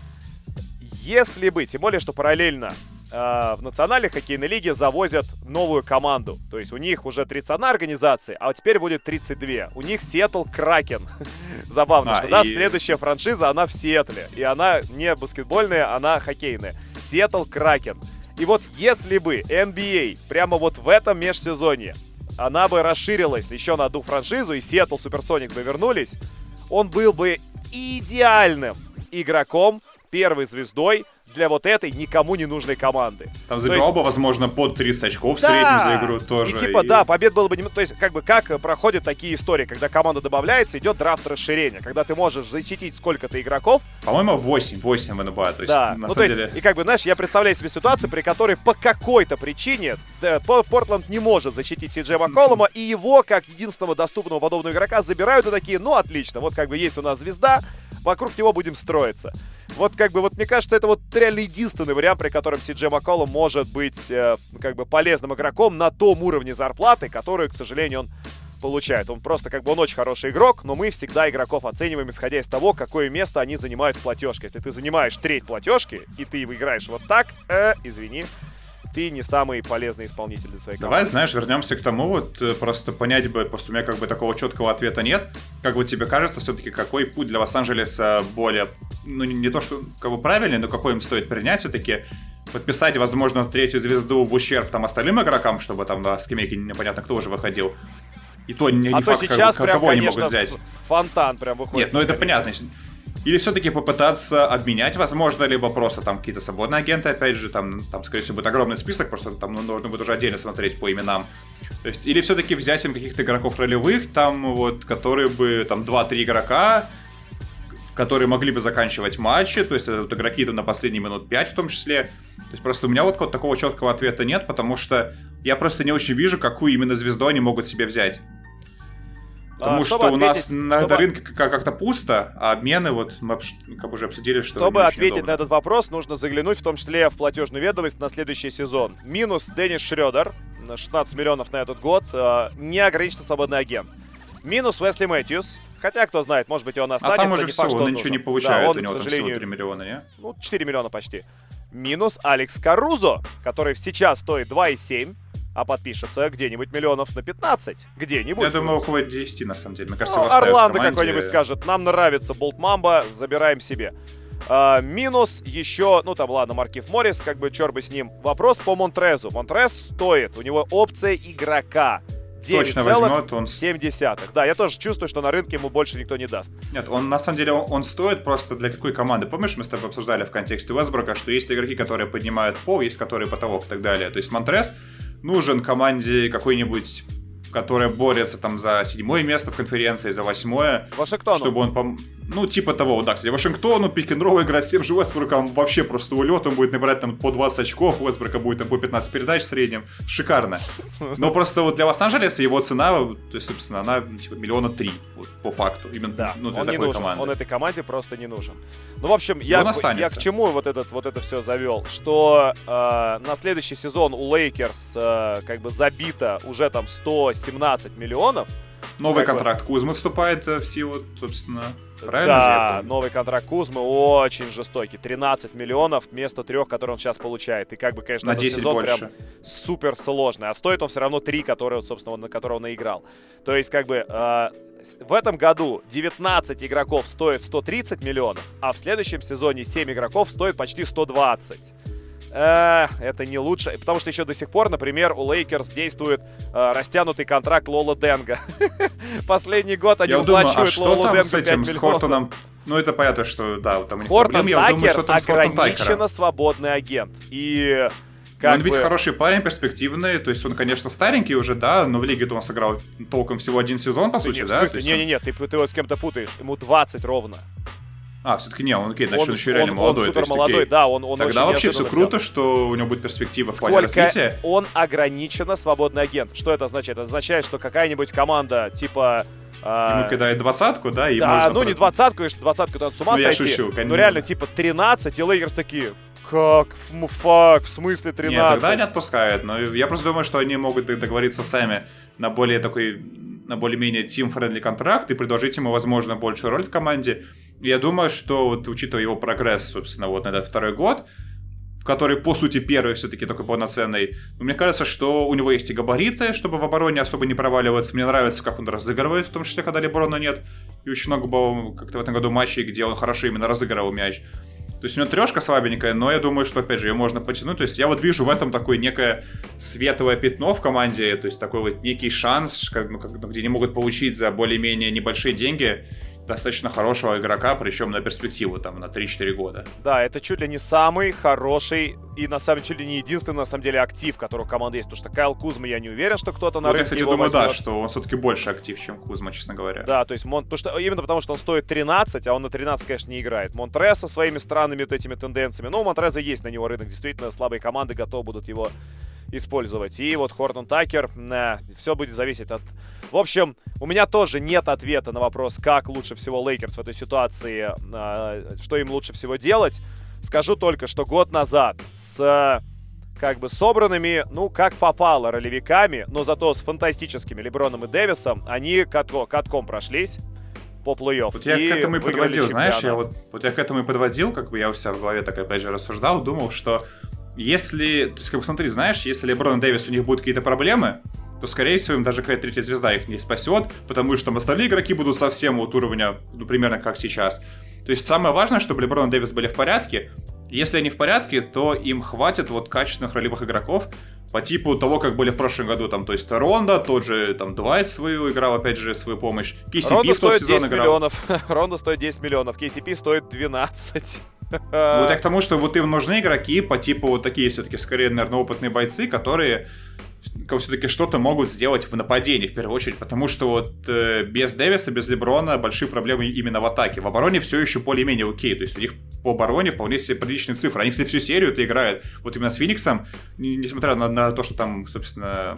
Если бы, тем более, что параллельно э, в Национальной хоккейной лиге завозят новую команду. То есть у них уже тридцать одна организация, а вот теперь будет тридцать две. У них Сиэтл Кракен. Забавно, а, что да, и... следующая франшиза, она в Сиэтле. И она не баскетбольная, она хоккейная. Сиэтл Кракен. И вот если бы эн би эй прямо вот в этом межсезонье, она бы расширилась еще на одну франшизу, и Сиэтл Суперсоникс бы вернулись, он был бы идеальным игроком, первой звездой для вот этой никому не нужной команды. Там забирал бы, возможно, под тридцать очков да, в среднем за игру тоже. И типа, и... да, побед было бы... Не... То есть, как бы, как проходят такие истории, когда команда добавляется, идет драфт расширения, когда ты можешь защитить сколько-то игроков. По-моему, восемь, восемь в эн бэ а, то есть, да. на ну, самом то есть, деле... И как бы, знаешь, я представляю себе ситуацию, при которой по какой-то причине да, Портленд не может защитить Си Джей Макколума, и его, как единственного доступного подобного игрока, забирают и такие, ну, отлично, вот как бы есть у нас звезда, вокруг него будем строиться. Вот как бы, вот мне кажется, это вот реально единственный вариант, при котором Си Джей Макколум может быть э, как бы полезным игроком на том уровне зарплаты, которую, к сожалению, он получает. Он просто как бы, он очень хороший игрок, но мы всегда игроков оцениваем, исходя из того, какое место они занимают в платежке. Если ты занимаешь треть платежки, и ты играешь вот так, э, извини, ты не самый полезный исполнитель для своей команды. Давай, знаешь, вернемся к тому, вот просто понять бы, просто у меня как бы такого четкого ответа нет. Как бы тебе кажется, все-таки какой путь для Лос-Анджелеса более, ну не, не то, что как бы правильный, но какой им стоит принять все-таки? Подписать, возможно, третью звезду в ущерб там остальным игрокам, чтобы там на скамейке непонятно кто уже выходил. И то не, а не то факт, сейчас как, прям, кого конечно, они могут взять. Фонтан прям выходит. Нет, ну это понятно. Или все-таки попытаться обменять, возможно, либо просто там какие-то свободные агенты, опять же, там, там скорее всего, будет огромный список, просто там нужно будет уже отдельно смотреть по именам. То есть, или все-таки взять им каких-то игроков ролевых, там, вот, которые бы, там, два-три игрока, которые могли бы заканчивать матчи, то есть, это вот, игроки там на последние минут пять в том числе. То есть, просто у меня вот такого четкого ответа нет, потому что я просто не очень вижу, какую именно звезду они могут себе взять. Потому а, что у нас на чтобы... рынке как-то пусто, а обмены, вот мы как уже обсудили, что... Чтобы ответить на этот вопрос, нужно заглянуть в том числе в платежную ведомость на следующий сезон. Минус Деннис Шрёдер, шестнадцать миллионов на этот год, неограниченно свободный агент. Минус Уэсли Мэтьюс, хотя, кто знает, может быть, он останется. А там уже не все, факт, он, он ничего нужен. не получает, да, он, у него к там сожалению, всего три миллиона, не? Ну, четыре миллиона почти. Минус Алекс Карузо, который сейчас стоит два и семь. А подпишется где-нибудь миллионов на пятнадцать. Где-нибудь. Я думаю, около десяти, на самом деле. Мне кажется, ну, его оставят Орландо в команде. какой-нибудь скажет, нам нравится Болт Мамба, забираем себе. А, минус еще, ну там ладно, Маркиф Моррис, как бы черт бы с ним. Вопрос по Монтрезу. Монтрез стоит, у него опция игрока. девять целых семь десятых. Да, я тоже чувствую, что на рынке ему больше никто не даст. Нет, он на самом деле, он, он стоит просто для какой команды? Помнишь, мы с тобой обсуждали в контексте Уэсбрука, что есть игроки, которые поднимают пол, есть которые потолок и так далее. То есть Монтрез нужен команде какой-нибудь, которая борется там за седьмое место в конференции, за восьмое. Вашингтону. Чтобы он, пом... ну, типа того, да, кстати, Вашингтону пик-н-ролл играть с тем же Уэсбруком вообще просто улет, он будет набирать там по двадцать очков, у Уэсбрука будет там по пятнадцать передач в среднем, шикарно. Но просто вот для Лос-Анджелеса его цена, то есть, собственно, она типа миллиона три, вот, по факту, именно да, ну, для он такой не нужен. команды. Он этой команде просто не нужен. Ну, в общем, я, я к чему вот, этот, вот это все завел, что э, на следующий сезон у Лейкерс э, как бы забито уже там сто семнадцать миллионов. Новый как контракт бы... Кузмы вступает в силу, собственно, правильно да, же? Новый контракт Кузмы очень жестокий. тринадцать миллионов вместо трех, которые он сейчас получает. И как бы, конечно, на этот десять сезон больше. Прям супер сложный. А стоит он все равно три, которые, собственно, на которые он наиграл. То есть, как бы, э, в этом году девятнадцать игроков стоит сто тридцать миллионов, а в следующем сезоне семь игроков стоит почти сто двадцать. Э, это не лучше, потому что еще до сих пор, например, у Лейкерс действует э, растянутый контракт Лола Денга. Последний год они выплачивают Лолу Денгу пять миллионов. Ну, это понятно, что, да, там у них Хортон проблемы. Я думаю, что там с Хортон ограниченно Такером. свободный агент. И... Как он бы... ведь хороший парень, перспективный, то есть он, конечно, старенький уже, да, но в лиге-то он сыграл толком всего один сезон, по да сути, не, да? В смысле? Не-не-не, ты, ты вот с кем-то путаешь, ему двадцать ровно. А, все-таки не, он, окей, значит, он, он еще реально он, молодой. Он супер молодой, да, он, он Тогда очень вообще все круто, взял. что у него будет перспектива в плане Сколько развития. Он ограниченно свободный агент. Что это означает? Это означает, что какая-нибудь команда, типа... Ему э... кидает двадцатку, да, и да, можно... ну не двадцатку, конечно, двадцатку надо с ума ну, сойти. Я шучу, ну реально, типа тринадцать, и Лейкерс такие... Как? Фак, в смысле тринадцать? Нет, тогда не отпускают. Но я просто думаю, что они могут договориться сами на более такой, на более-менее team-friendly контракт и предложить ему, возможно, большую роль в команде. И я думаю, что, вот, учитывая его прогресс, собственно, вот на этот второй год, который, по сути, первый все-таки только полноценный, мне кажется, что у него есть и габариты, чтобы в обороне особо не проваливаться. Мне нравится, как он разыгрывает, в том числе, когда Леброна нет. И очень много было как-то в этом году матчей, где он хорошо именно разыгрывал мяч. То есть у него трешка слабенькая, но я думаю, что, опять же, ее можно потянуть. То есть я вот вижу в этом такое некое светлое пятно в команде, то есть такой вот некий шанс, как, ну, как, где они могут получить за более-менее небольшие деньги достаточно хорошего игрока, причем на перспективу, там, на три-четыре года. Да, это чуть ли не самый хороший и, на самом деле, чуть ли не единственный, на самом деле, актив, который у команды есть. Потому что Кайл Кузма, я не уверен, что кто-то на вот рынке я, кстати, его думаю, возьмет. да, что он все-таки больше актив, чем Кузма, честно говоря. Да, то есть, Мон... потому что... именно потому, что он стоит тринадцать, а он на тринадцать, конечно, не играет. Монтрез со своими странными вот этими тенденциями. Ну, у Монтреза есть на него рынок. Действительно, слабые команды готовы будут его использовать. И вот Хортон Такер, э, все будет зависеть от... В общем, у меня тоже нет ответа на вопрос, как лучше всего Лейкерс в этой ситуации, э, что им лучше всего делать. Скажу только, что год назад с как бы собранными, ну, как попало, ролевиками, но зато с фантастическими Леброном и Дэвисом, они катко, катком прошлись по плей-офф. Вот я и к этому и подводил, чемпионат. знаешь, я вот, вот я к этому и подводил, как бы я у себя в голове так опять же рассуждал, думал, что если, то есть, как бы смотри, знаешь, если Леброн и Дэвис, у них будут какие-то проблемы, то, скорее всего, им даже какая-то третья звезда их не спасет, потому что там остальные игроки будут совсем вот уровня, ну, примерно как сейчас. То есть самое важное, чтобы Леброн и Дэвис были в порядке. Если они в порядке, то им хватит вот качественных ролевых игроков по типу того, как были в прошлом году. Там, то есть Ронда, тот же там Двайт свою играл, опять же, свою помощь. кей си пи в тот сезон играл. Миллионов. Ронда стоит десять миллионов, кей си пи стоит двенадцать. Вот я к тому, что вот им нужны игроки по типу вот такие все-таки, скорее, наверное, опытные бойцы, которые все-таки что-то могут сделать в нападении, в первую очередь, потому что вот э, без Дэвиса, без Леброна большие проблемы именно в атаке. В обороне все еще более-менее окей, то есть у них по обороне вполне себе приличные цифры. Они, если всю серию это играют, вот именно с Фениксом, несмотря на, на то, что там, собственно,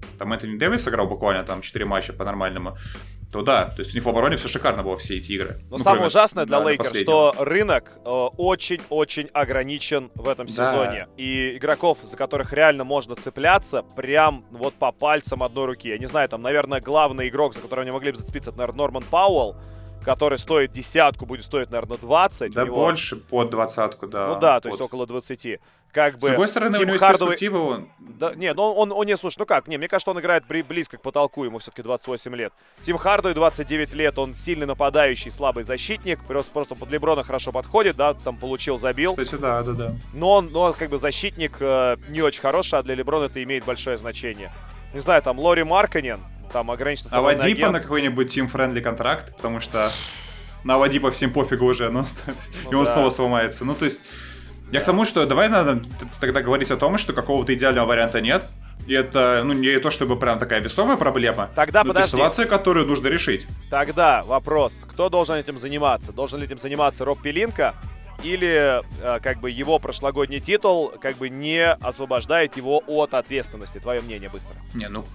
там Энтони Дэвис сыграл буквально там четыре матча по-нормальному, то да, то есть у них в обороне все шикарно было, все эти игры. Но ну, самое кроме, ужасное для да, Лейкерс, что рынок э, очень-очень ограничен в этом да. сезоне. И игроков, за которых реально можно цепляться, прям вот по пальцам одной руки. Я не знаю, там, наверное, главный игрок, за которого они могли бы зацепиться, это, наверное, Норман Пауэлл, который стоит десятку, будет стоить, наверное, двадцать. Да него... больше, под двадцатку, да. Ну да, то под... есть около двадцати. Как бы, С другой стороны, Тим у него Хардовой... есть перспективы. Он... Да, не, ну он, он, он не, слушай, ну как, не, мне кажется, он играет при, близко к потолку, ему все-таки двадцать восемь лет. Тим Хардовой двадцать девять лет, он сильный нападающий, слабый защитник, просто, просто под Леброна хорошо подходит, да, там получил, забил. Кстати, да, да, да. Но он, но он как бы защитник э, не очень хороший, а для Леброна это имеет большое значение. Не знаю, там Лори Маркканен, там ограниченно... А Вадипа на какой-нибудь тим-френдли контракт, потому что на Вадипа всем пофигу уже, ну, ну и он да. снова сломается. Ну, то есть... Я к тому, что давай надо тогда говорить о том, что какого-то идеального варианта нет. И это, ну, не то чтобы прям такая весомая проблема. Тогда, но подожди. Это ситуация, которую нужно решить. Тогда вопрос, кто должен этим заниматься? Должен ли этим заниматься Роб Пелинка? Или э, как бы его прошлогодний титул как бы не освобождает его от ответственности? Твое мнение быстро. Не, ну,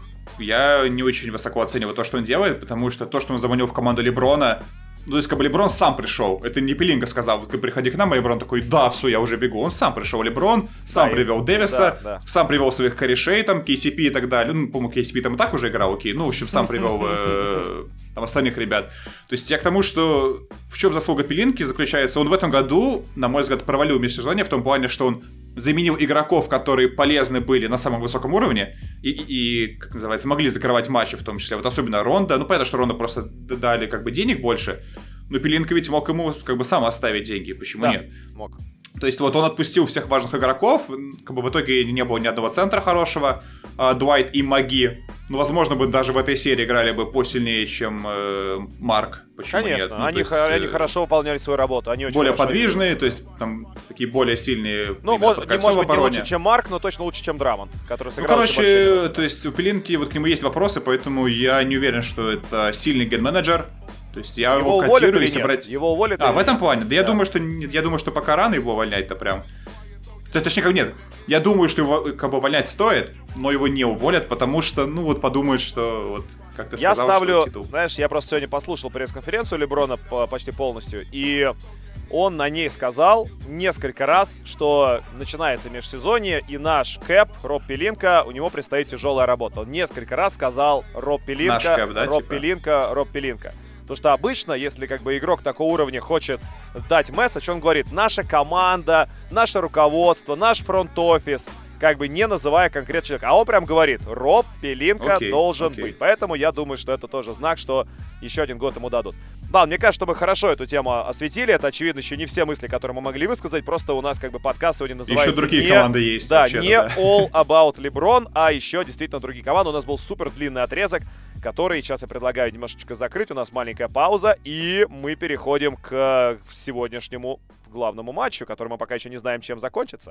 я не очень высоко оцениваю то, что он делает, потому что то, что он заманил в команду Леброна... Ну, то есть, как бы Леброн сам пришел. Это не Пелинка сказал, ты приходи к нам, а Леброн такой, да, все, я уже бегу. Он сам пришел, Леброн, сам да, привел Дэвиса, да, да. сам привел своих корешей, там, кей си пи и так далее. Ну, по-моему, кей си пи там и так уже играл, окей. Ну, в общем, сам привел э, там остальных ребят. То есть, я к тому, что в чем заслуга Пелинки заключается, он в этом году, на мой взгляд, провалил межсезонье в том плане, что он заменил игроков, которые полезны были на самом высоком уровне и, и, и, как называется, могли закрывать матчи в том числе. Вот особенно Ронда. Ну, понятно, что Ронда просто дали как бы денег больше, но Пелинка ведь мог ему как бы сам оставить деньги. Почему да, нет? Мог. То есть вот он отпустил всех важных игроков, как бы в итоге не было ни одного центра хорошего. А, Дуайт и Маги, ну, возможно, бы даже в этой серии играли бы посильнее, чем э, Марк. Почему Конечно, нет? Ну, они, есть, х- они хорошо выполняли свою работу. Они очень более подвижные, играли. То есть там такие более сильные. Ну, может, не, может быть, не лучше, чем Марк, но точно лучше, чем Драмон, который сыграл. Ну, короче, то есть у Пелинки вот к нему есть вопросы, поэтому я не уверен, что это сильный ген-менеджер. То есть я его, его котирую, если брать... Его уволят А, в этом нет? плане? Да, да. я думаю, что я думаю, что пока рано его увольнять-то прям. То, точнее, как нет. Я думаю, что его как бы увольнять стоит, но его не уволят, потому что, ну, вот подумают, что вот как ты я сказал, ставлю, что титул. Знаешь, я просто сегодня послушал пресс-конференцию Леброна почти полностью, и он на ней сказал несколько раз, что начинается межсезонье, и наш Кэп, Роб Пелинка, у него предстоит тяжелая работа. Он несколько раз сказал Роб Пелинка, наш Кэп, да, Роб типа? Пелинка, Роб Пелинка. Потому что обычно, если как бы игрок такого уровня хочет дать месседж, он говорит, наша команда, наше руководство, наш фронт-офис, как бы не называя конкретного человека. А он прям говорит, Роб Пелинка okay, должен okay. быть. Поэтому я думаю, что это тоже знак, что еще один год ему дадут. Да, мне кажется, что мы хорошо эту тему осветили. Это, очевидно, еще не все мысли, которые мы могли высказать. Просто у нас как бы подкаст сегодня называется... Еще другие не, команды есть. Да, вообще-то, не да. All About LeBron, а еще действительно другие команды. У нас был супер длинный отрезок, который сейчас я предлагаю немножечко закрыть. У нас маленькая пауза, и мы переходим к сегодняшнему главному матчу, который мы пока еще не знаем, чем закончится.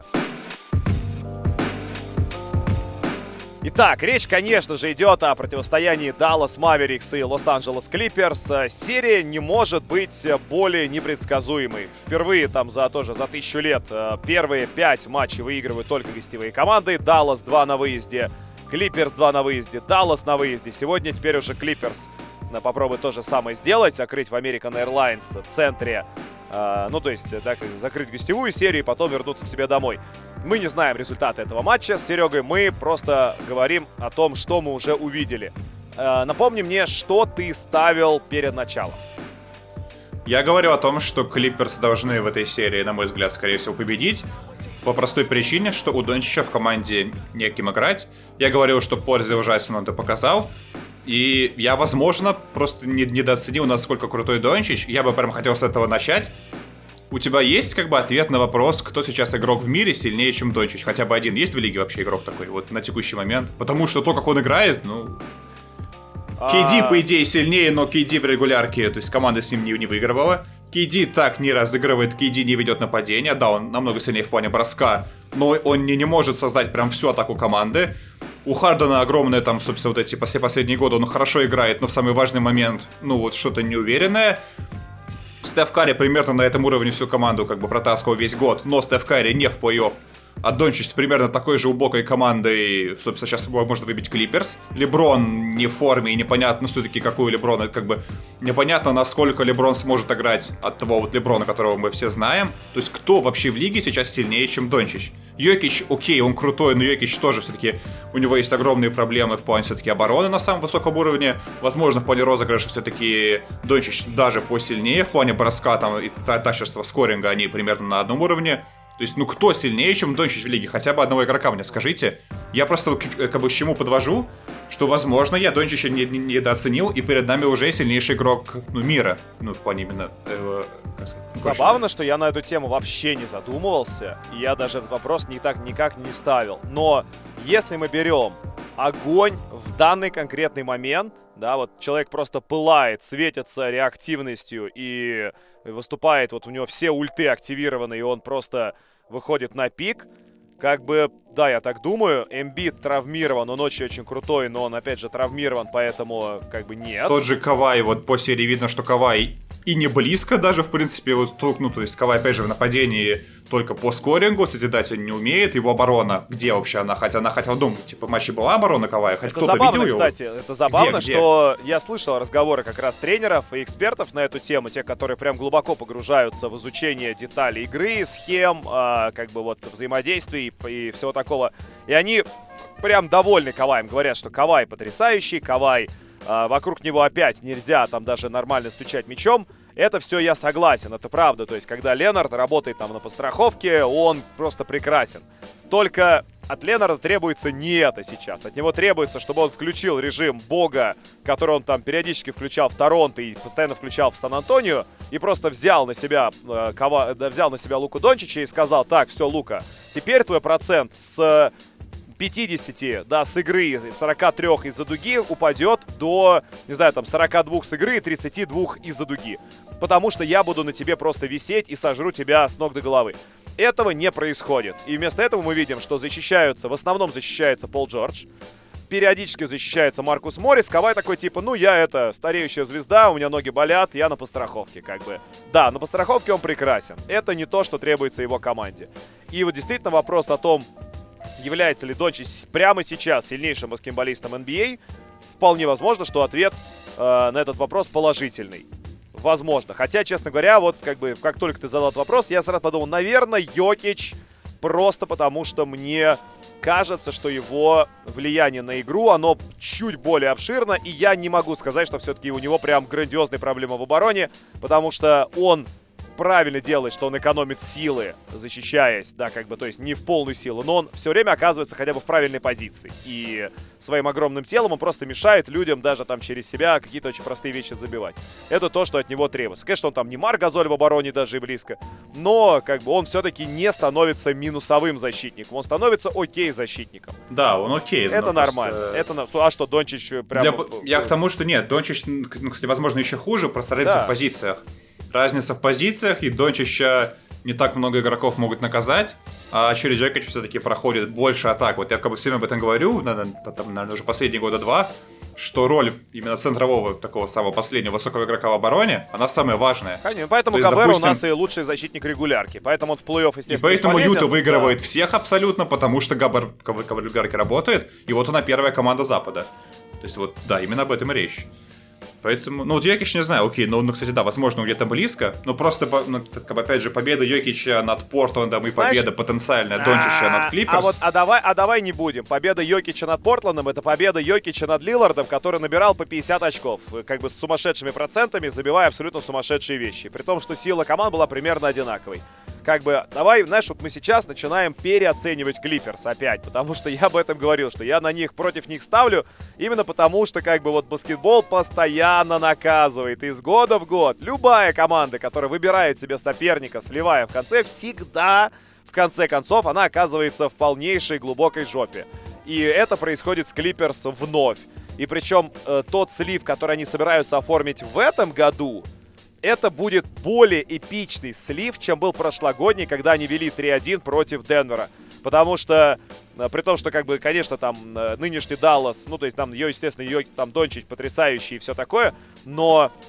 Итак, речь, конечно же, идет о противостоянии Dallas Mavericks и Los-Angeles Clippers. Серия не может быть более непредсказуемой. Впервые там за тоже за тысячу лет первые пять матчей выигрывают только гостевые команды. Dallas два на выезде, Clippers два на выезде, Dallas на выезде. Сегодня теперь уже Clippers попробует то же самое сделать, закрыть в American Airlines центре. Uh, ну, то есть, да, закрыть гостевую серию и потом вернуться к себе домой. Мы не знаем результаты этого матча с Серегой, мы просто говорим о том, что мы уже увидели. Uh, напомни мне, что ты ставил перед началом. Я говорю о том, что Клиперс должны в этой серии, на мой взгляд, скорее всего, победить. По простой причине, что у Дончича в команде неким играть. Я говорил, что Порзи ужасен, он это показал. И я, возможно, просто не, недооценил, насколько крутой Дончич. Я бы прям хотел с этого начать. У тебя есть как бы ответ на вопрос, кто сейчас игрок в мире сильнее, чем Дончич? Хотя бы один есть в лиге вообще игрок такой, вот на текущий момент? Потому что то, как он играет, ну... кей ди, по идее, сильнее, но кей ди в регулярке, то есть команда с ним не, не выигрывала. кей ди так не разыгрывает, кей ди не ведет нападение. Да, он намного сильнее в плане броска, но он не, не может создать прям всю атаку команды. У Хардена огромные там, собственно, вот эти после последние годы, он хорошо играет, но в самый важный момент, ну вот что-то неуверенное. Стеф Карри примерно на этом уровне всю команду как бы протаскивал весь год, но Стеф Карри не в плей-офф. а Дончич с примерно такой же убогой командой, собственно, сейчас можно выбить Клиперс. Леброн не в форме, и непонятно все-таки, какой у Леброна, как бы непонятно, насколько Леброн сможет играть от того вот Леброна, которого мы все знаем. То есть кто вообще в лиге сейчас сильнее, чем Дончич? Йокич, окей, он крутой, но Йокич тоже все-таки, у него есть огромные проблемы в плане все-таки обороны на самом высоком уровне. Возможно, в плане розыгрыша все-таки Дончич даже посильнее, в плане броска там и тащерства скоринга они примерно на одном уровне. То есть, ну кто сильнее, чем Дончич в лиге? Хотя бы одного игрока мне скажите. Я просто как бы к чему подвожу, что, возможно, я Дончича не, не, недооценил, и перед нами уже сильнейший игрок ну, мира. Ну, в плане именно... Э, Забавно, что я на эту тему вообще не задумывался, и я даже этот вопрос не так никак не ставил. Но если мы берем огонь в данный конкретный момент, да, вот человек просто пылает, светится реактивностью и выступает, вот у него все ульты активированы, и он просто выходит на пик. Как бы, да, я так думаю, Эмбит травмирован, он очень-очень крутой, но он, опять же, травмирован, поэтому, как бы, нет. Тот же Кавай, вот по серии видно, что Кавай и не близко даже, в принципе, вот, ну, то есть Кавай, опять же, в нападении только по скорингу, созидать он не умеет, его оборона, где вообще она, хотя она хотя бы думаю, типа, в матче была оборона Кавая, хоть кто-то забавно, видел кстати, его? это забавно, где, что где? я слышал разговоры как раз тренеров и экспертов на эту тему, те, которые прям глубоко погружаются в изучение деталей игры, схем, э, как бы вот взаимодействий и, и всего такого. И они прям довольны Каваем, говорят, что Кавай потрясающий, Кавай, э, вокруг него опять нельзя там даже нормально стучать мячом. Это все я согласен, это правда. То есть, когда Ленард работает там на подстраховке, он просто прекрасен. Только от Ленарда требуется не это сейчас. От него требуется, чтобы он включил режим бога, который он там периодически включал в Торонто и постоянно включал в Сан-Антонио, и просто взял на себя, э, кого, да, взял на себя Луку Дончича и сказал: так, все, Лука, теперь твой процент с пятидесяти, да, с игры, сорока трёх из-за дуги упадет до, не знаю, там, сорока двух с игры и тридцати двух из-за дуги. Потому что я буду на тебе просто висеть и сожру тебя с ног до головы. Этого не происходит. И вместо этого мы видим, что защищаются, в основном защищается Пол Джордж. Периодически защищается Маркус Моррис. Кавай такой типа: ну я это, стареющая звезда, у меня ноги болят, я на подстраховке, как бы. Да, на подстраховке он прекрасен. Это не то, что требуется его команде. И вот действительно вопрос о том, является ли Дончич прямо сейчас сильнейшим баскетболистом эн би эй, вполне возможно, что ответ э, на этот вопрос положительный. Возможно. Хотя, честно говоря, вот как бы, как только ты задал этот вопрос, я сразу подумал, наверное, Йокич, просто потому что мне кажется, что его влияние на игру, оно чуть более обширно, и я не могу сказать, что все-таки у него прям грандиозные проблемы в обороне, потому что он правильно делает, что он экономит силы, защищаясь, да, как бы, то есть не в полную силу, но он все время оказывается хотя бы в правильной позиции. И своим огромным телом он просто мешает людям даже там через себя какие-то очень простые вещи забивать. Это то, что от него требуется. Конечно, он там не Марк Газоль в обороне даже и близко, но как бы он все-таки не становится минусовым защитником, он становится окей защитником. Да, он окей. Это нормально. Просто... Это, а что, Дончич прям... Для... Я к тому, что нет, Дончич, ну, кстати, возможно, еще хуже, просто разница да. в позициях. Разница в позициях, и Дончича не так много игроков могут наказать, а через Йокича все-таки проходит больше атак. Вот я как бы все время об этом говорю, наверное, уже последние года два, что роль именно центрового, такого самого последнего высокого игрока в обороне, она самая важная. Конечно, поэтому Габер допустим... у нас и лучший защитник регулярки, поэтому он в плей-офф, естественно, и поэтому полезен. Юта выигрывает да. всех абсолютно, потому что Габер в регулярке работает, и вот она первая команда Запада. То есть вот, да, именно об этом и речь. Поэтому, ну вот Йокич, не знаю, окей, ну, ну кстати, да, возможно, где-то близко, но просто, ну, как бы, опять же, победа Йокича над Портландом и Знаешь, победа потенциальная Дончича над Клиперс. А вот, а давай, а давай не будем. Победа Йокича над Портландом — это победа Йокича над Лиллардом, который набирал по пятьдесят очков, как бы с сумасшедшими процентами, забивая абсолютно сумасшедшие вещи, при том, что сила команд была примерно одинаковой. Как бы, давай, знаешь, вот мы сейчас начинаем переоценивать Клиперс опять, потому что я об этом говорил, что я на них, против них ставлю, именно потому что, как бы, вот баскетбол постоянно наказывает из года в год. Любая команда, которая выбирает себе соперника, сливая в конце, всегда, в конце концов, она оказывается в полнейшей глубокой жопе. И это происходит с Клиперс вновь. И причем э, тот слив, который они собираются оформить в этом году, это будет более эпичный слив, чем был прошлогодний, когда они вели три один против Денвера. Потому что, при том, что, как бы, конечно, там нынешний Даллас, ну, то есть там, естественно, ее, там Дончич потрясающий и все такое, но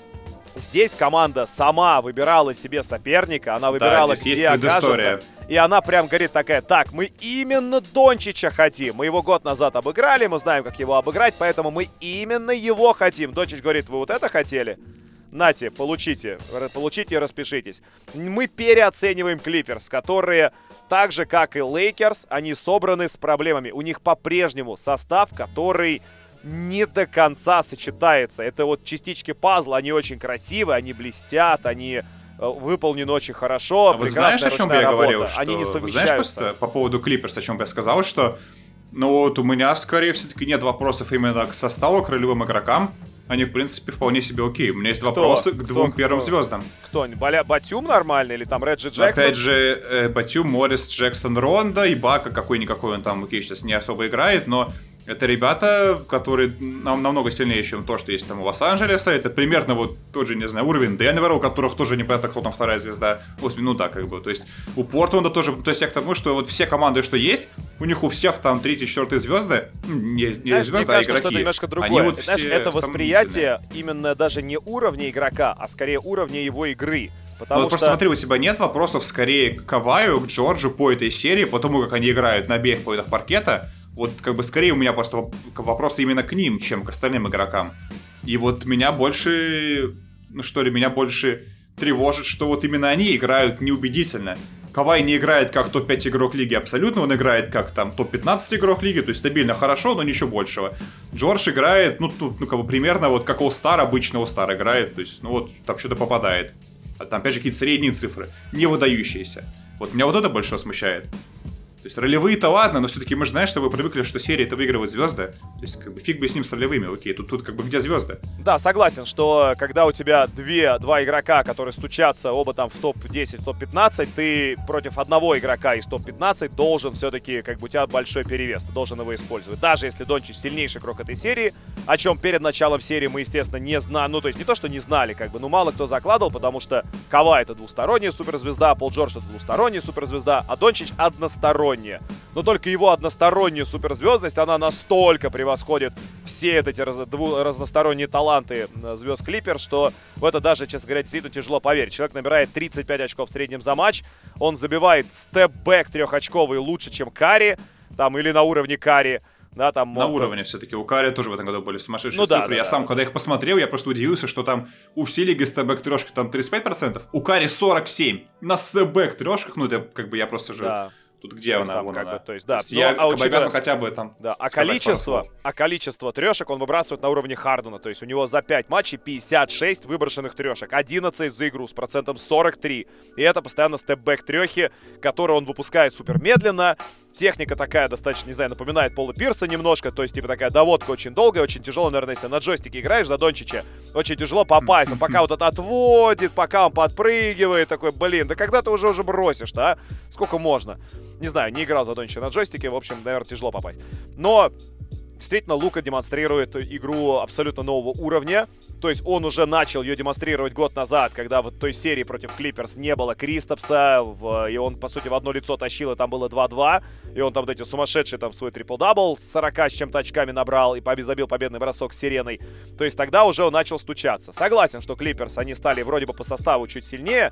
Здесь команда сама выбирала себе соперника, она выбирала, да, где окажется. И она прям говорит такая: так, мы именно Дончича хотим. Мы его год назад обыграли, мы знаем, как его обыграть, поэтому мы именно его хотим. Дончич говорит: вы вот это хотели? Нате, получите, получите и распишитесь. Мы переоцениваем Клиперс, которые, так же как и Лейкерс, они собраны с проблемами. У них по-прежнему состав, который не до конца сочетается. Это вот частички пазла, они очень красивые, они блестят, они выполнены очень хорошо. А вот знаешь, о чем бы я работа. говорил? Что... Они не совмещаются. Знаешь, по поводу Клиперс, о чем бы я сказал, что ну вот у меня, скорее, все-таки нет вопросов именно к составу, к ролевым игрокам. Они, в принципе, вполне себе окей. У меня есть кто? вопросы к двум кто? первым кто? звездам. Кто? Баля... Батюм нормальный или там Реджи Джексон? Опять же, э, Батюм, Моррис, Джексон, Ронда и Бака, какой-никакой он там, окей, сейчас не особо играет, но это ребята, которые нам намного сильнее, чем то, что есть там у Лос-Анджелеса. Это примерно вот тот же, не знаю, уровень Денвера, у которых тоже непонятно, кто там вторая звезда. восемь, ну да, как бы. То есть у Портленда тоже. То есть я к тому, что вот все команды, что есть, у них у всех там третьи, четвертые звезды, не, не Знаешь, звезды, мне кажется, а игроки. что это немножко другое. Они вот Знаешь, все это восприятие именно даже не уровня игрока, а скорее уровня его игры. Потому ну, что... Просто смотри, у тебя нет вопросов скорее к Каваю, к Джорджу по этой серии, по тому, как они играют на обеих половинах паркета. Вот как бы скорее у меня просто вопросы именно к ним, чем к остальным игрокам. И вот меня больше, ну что ли, меня больше тревожит, что вот именно они играют неубедительно. Кавай не играет как топ пять игрок лиги абсолютно, он играет как там топ пятнадцать игрок лиги, то есть стабильно хорошо, но ничего большего. Джордж играет, ну тут, ну как бы примерно вот как All-Star, обычно All-Star играет, то есть ну вот там что-то попадает. А там опять же какие-то средние цифры, не выдающиеся. Вот меня вот это больше смущает. То есть ролевые-то ладно, но все-таки мы же знаем, что вы привыкли, что серии-то выигрывают звезды. То есть как бы фиг бы с ним с ролевыми, окей, тут, тут как бы где звезды? Да, согласен, что когда у тебя две, два игрока, которые стучатся оба там в топ десять, в топ пятнадцать, ты против одного игрока из топ пятнадцать должен все-таки, как бы у тебя большой перевес, ты должен его использовать. Даже если Дончич сильнейший игрок этой серии, о чем перед началом серии мы, естественно, не знаем, ну то есть не то, что не знали, как бы, ну мало кто закладывал, потому что Кавай это двусторонняя суперзвезда, Пол Джордж это двусторонняя суперзвезда, а Дончич односторонняя. Но только его односторонняя суперзвездность, она настолько превосходит все эти раз, дву, разносторонние таланты звезд Клиперс, что в это даже, честно говоря, действительно тяжело поверить. Человек набирает тридцать пять очков в среднем за матч, он забивает степ-бэк трехочковый лучше, чем Карри, там, или на уровне Карри. Да, там, на он... уровне все-таки. У Карри тоже в этом году были сумасшедшие ну, цифры. да, да, я да. сам, когда их посмотрел, я просто удивился, что там у всей лиги степ-бэк трешки там тридцать пять процентов, у Карри сорок семь процентов. На степ-бэк трешках, ну это как бы я просто же... Да. Тут где она? Там, вон как она. бы, то есть, да. То есть Но, я а как бы учитывая... обязан хотя бы там да. А количество, а количество трешек он выбрасывает на уровне Хардена. То есть у него за пять матчей пятьдесят шесть выброшенных трешек. одиннадцать за игру с процентом сорок три. И это постоянно степ-бэк трехи, которые он выпускает супер медленно. Техника такая достаточно, не знаю, напоминает Пола Пирса немножко. То есть, типа, такая доводка очень долгая, очень тяжело, наверное, если на джойстике играешь за Дончича. Очень тяжело попасть. Он пока вот это отводит, пока он подпрыгивает. Такой, блин, да когда ты уже уже бросишь-то, а? Сколько можно? Не знаю, не играл за Дончича на джойстике. В общем, наверное, тяжело попасть. Но... Действительно, Лука демонстрирует игру абсолютно нового уровня. То есть он уже начал ее демонстрировать год назад, когда в той серии против Клиперс не было Кристопса, в, и он, по сути, в одно лицо тащил, и там было два-два. И он там вот эти сумасшедшие там свой трипл-дабл с сорока с чем-то очками набрал и забил победный бросок с сиреной. То есть тогда уже он начал стучаться. Согласен, что Клиперс, они стали вроде бы по составу чуть сильнее,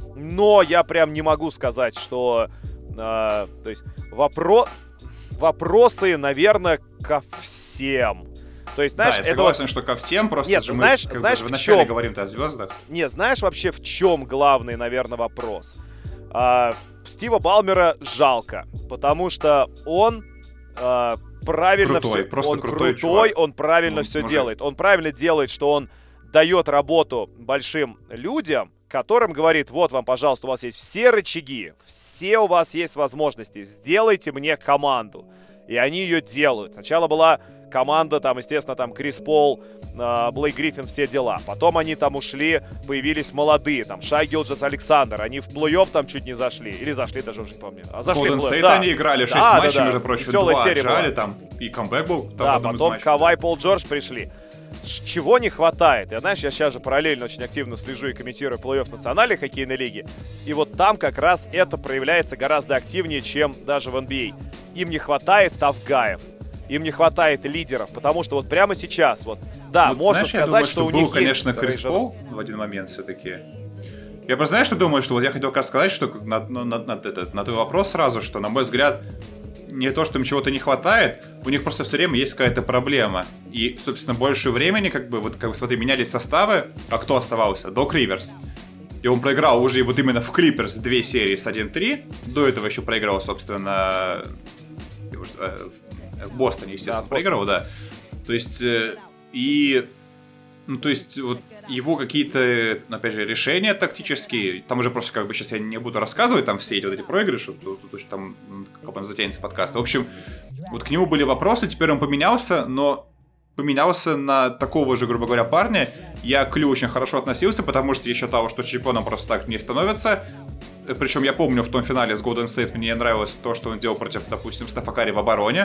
но я прям не могу сказать, что... Э, то есть вопрос... Вопросы, наверное, ко всем. То есть, знаешь, да, я это согласен, вот... что ко всем, просто Нет, же знаешь, мы знаешь, в в начале чем? говорим-то о звездах. Нет, знаешь вообще в чем главный, наверное, вопрос? А, Стива Балмера жалко, потому что он а, правильно крутой, все... просто он крутой, крутой, чувак. он правильно Он все мужик. делает. Он правильно делает, что он дает работу большим людям, которым говорит: вот вам, пожалуйста, у вас есть все рычаги, все у вас есть возможности, сделайте мне команду. И они ее делают. Сначала была команда, там, естественно, там Крис Пол, э, Блейк Гриффин, все дела. Потом они там ушли, появились молодые, там, Шай Гилджес Александр. Они в плей-офф там чуть не зашли. Или зашли, даже уже не помню. А зашли Golden в плей-офф, State да. они играли шесть да, матчей, да, да. между прочим, Веселая два серия отжали была. там, и камбэк был. Там Да, в одном из потом матчей, Кавай, да. Пол Джордж пришли. Чего не хватает? Я, знаешь, я сейчас же параллельно очень активно слежу и комментирую плей-офф национальной хоккейной лиги. И вот там как раз это проявляется гораздо активнее, чем даже в эн би эй. Им не хватает тавгаев. им не хватает лидеров, потому что вот прямо сейчас, вот, да, вот, можно знаешь, сказать, думаю, что, что у был, них конечно, есть... Крис Пол в один момент все-таки. Я просто, знаешь, что думаю, что вот я хотел как раз сказать, что на, на, на, на, этот, на твой вопрос сразу, что, на мой взгляд, не то, что им чего-то не хватает, у них просто все время есть какая-то проблема. И, собственно, больше времени, как бы, вот, как бы, смотри, менялись составы, а кто оставался? Док Риверс. И он проиграл уже вот именно в Клиперс две серии с один-три. До этого еще проиграл, собственно, в Бостоне, естественно, да, проиграл, да. То есть, и... Ну, то есть, вот его какие-то, опять же, решения тактические, там уже просто, как бы, сейчас я не буду рассказывать, там, все эти вот эти проигрыши, потому что там, как он затянется подкаст. В общем, вот к нему были вопросы, теперь он поменялся, но поменялся на такого же, грубо говоря, парня. Я к Лю очень хорошо относился, потому что я считал, что чемпионом просто так не становится. Причем я помню, в том финале с Golden State мне нравилось то, что он делал против, допустим, Стефа Карри в обороне.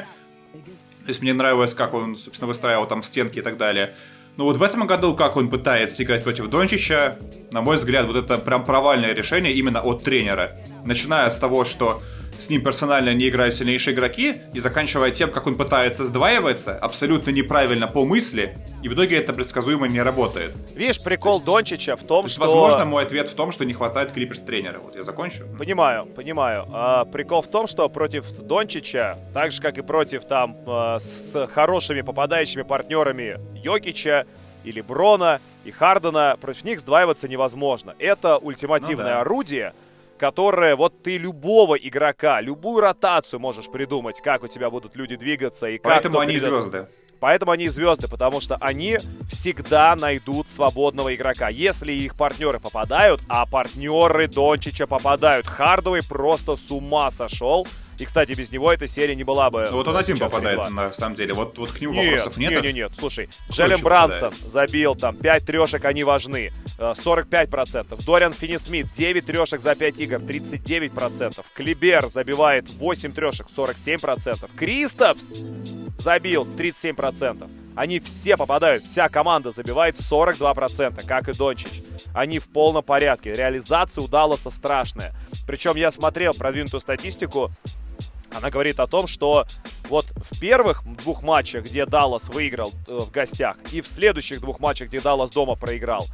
То есть мне нравилось, как он, собственно, выстраивал там стенки и так далее. Но вот в этом году, как он пытается играть против Дончича, на мой взгляд, вот это прям провальное решение именно от тренера. Начиная с того, что с ним персонально не играют сильнейшие игроки, и заканчивая тем, как он пытается сдваиваться, абсолютно неправильно по мысли, и в итоге это предсказуемо не работает. Видишь, прикол то есть, Дончича в том, то есть, что... Возможно, мой ответ в том, что не хватает Клиперс тренера. Вот я закончу. Понимаю, понимаю. А, прикол в том, что против Дончича, так же, как и против там а, с хорошими попадающими партнерами Йокича, или Брона, и Хардена, против них сдваиваться невозможно. Это ультимативное ну, да. орудие, которое вот ты любого игрока, любую ротацию можешь придумать, как у тебя будут люди двигаться и как... Поэтому они придет... звезды. Поэтому они звезды, потому что они всегда найдут свободного игрока. Если их партнеры попадают, а партнеры Дончича попадают, Хардовый просто с ума сошел. И, кстати, без него эта серия не была бы... Ну вот он один попадает, на самом деле. Вот, вот к нему нет, вопросов нет. Нет, нет, нет. Слушай, Джейлен Брансон забил там пять трешек, они важны. сорок пять процентов. Дориан Финни-Смит девять трешек за пять игр, тридцать девять процентов. Клибер забивает восемь трешек, сорок семь процентов. Кристопс забил тридцать семь процентов. Они все попадают, вся команда забивает сорок два процента, как и Дончич. Они в полном порядке. Реализация у Далласа страшная. Причем я смотрел продвинутую статистику. Она говорит о том, что вот в первых двух матчах, где Даллас выиграл э, в гостях, и в следующих двух матчах, где Даллас дома проиграл,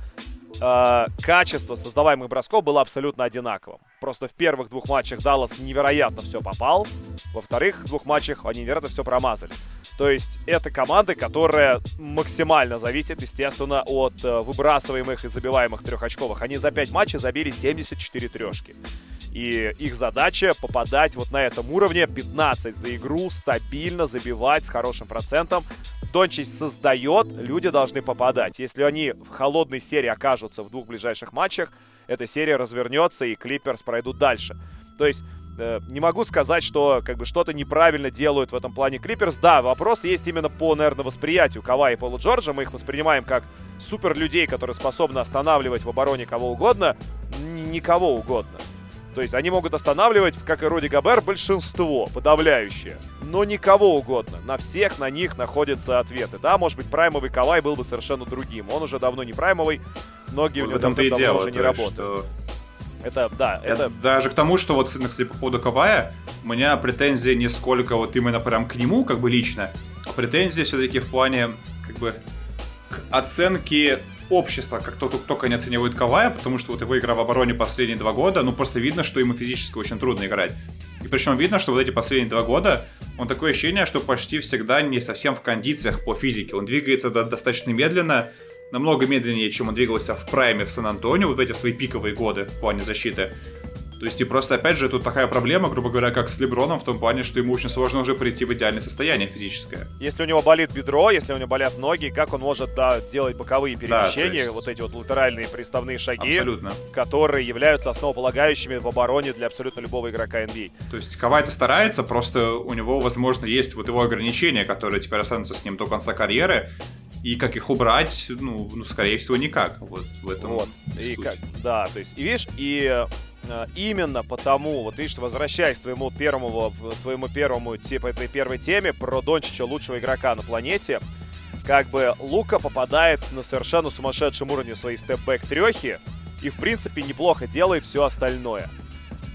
э, качество создаваемых бросков было абсолютно одинаковым. Просто в первых двух матчах Даллас невероятно все попал, во вторых двух матчах они невероятно все промазали. То есть это команды, которая максимально зависит, естественно, от э, выбрасываемых и забиваемых трехочковых. Они за пять матчей забили семьдесят четыре трешки. И их задача попадать вот на этом уровне, пятнадцать за игру, стабильно забивать с хорошим процентом. Дончич создает, люди должны попадать. Если они в холодной серии окажутся в двух ближайших матчах, эта серия развернется и Клиперс пройдут дальше. То есть э, не могу сказать, что как бы что-то неправильно делают в этом плане Клиперс. Да, вопрос есть именно по, наверное, восприятию Каваи и Пола Джорджа. Мы их воспринимаем как супер людей, которые способны останавливать в обороне кого угодно, никого угодно. То есть они могут останавливать, как и Руди Гобер, большинство, подавляющее. Но никого угодно. На всех на них находятся ответы. Да, может быть, праймовый Кавай был бы совершенно другим. Он уже давно не праймовый. Многие вот у него давно, давно дело, уже не работают. Что... Это, да, Я это... Даже к тому, что вот, кстати, по поводу Кавая, у меня претензии не сколько вот именно прям к нему, как бы лично, а претензии все-таки в плане, как бы, к оценке общества, как кто только не оценивает Кавая, потому что вот его игра в обороне последние два года, ну просто видно, что ему физически очень трудно играть. И причем видно, что вот эти последние два года он такое ощущение, что почти всегда не совсем в кондициях по физике. Он двигается достаточно медленно, намного медленнее, чем он двигался в прайме в Сан-Антонио, вот в эти свои пиковые годы в плане защиты. То есть и просто, опять же, тут такая проблема, грубо говоря, как с Леброном, в том плане, что ему очень сложно уже прийти в идеальное состояние физическое. Если у него болит бедро, если у него болят ноги, как он может, да, делать боковые перемещения, да, есть... вот эти вот латеральные приставные шаги, абсолютно, которые являются основополагающими в обороне для абсолютно любого игрока эн би эй. То есть Кавай-то старается, просто у него, возможно, есть вот его ограничения, которые теперь останутся с ним до конца карьеры. И как их убрать, ну, ну скорее всего, никак. Вот в этом вот. И как, да, то есть, и видишь, и э, именно потому, вот видишь, возвращаясь к твоему первому, твоему первому, типа, этой первой теме про Дончича, лучшего игрока на планете, как бы Лука попадает на совершенно сумасшедшем уровне свои степ-бэк трехи и, в принципе, неплохо делает все остальное.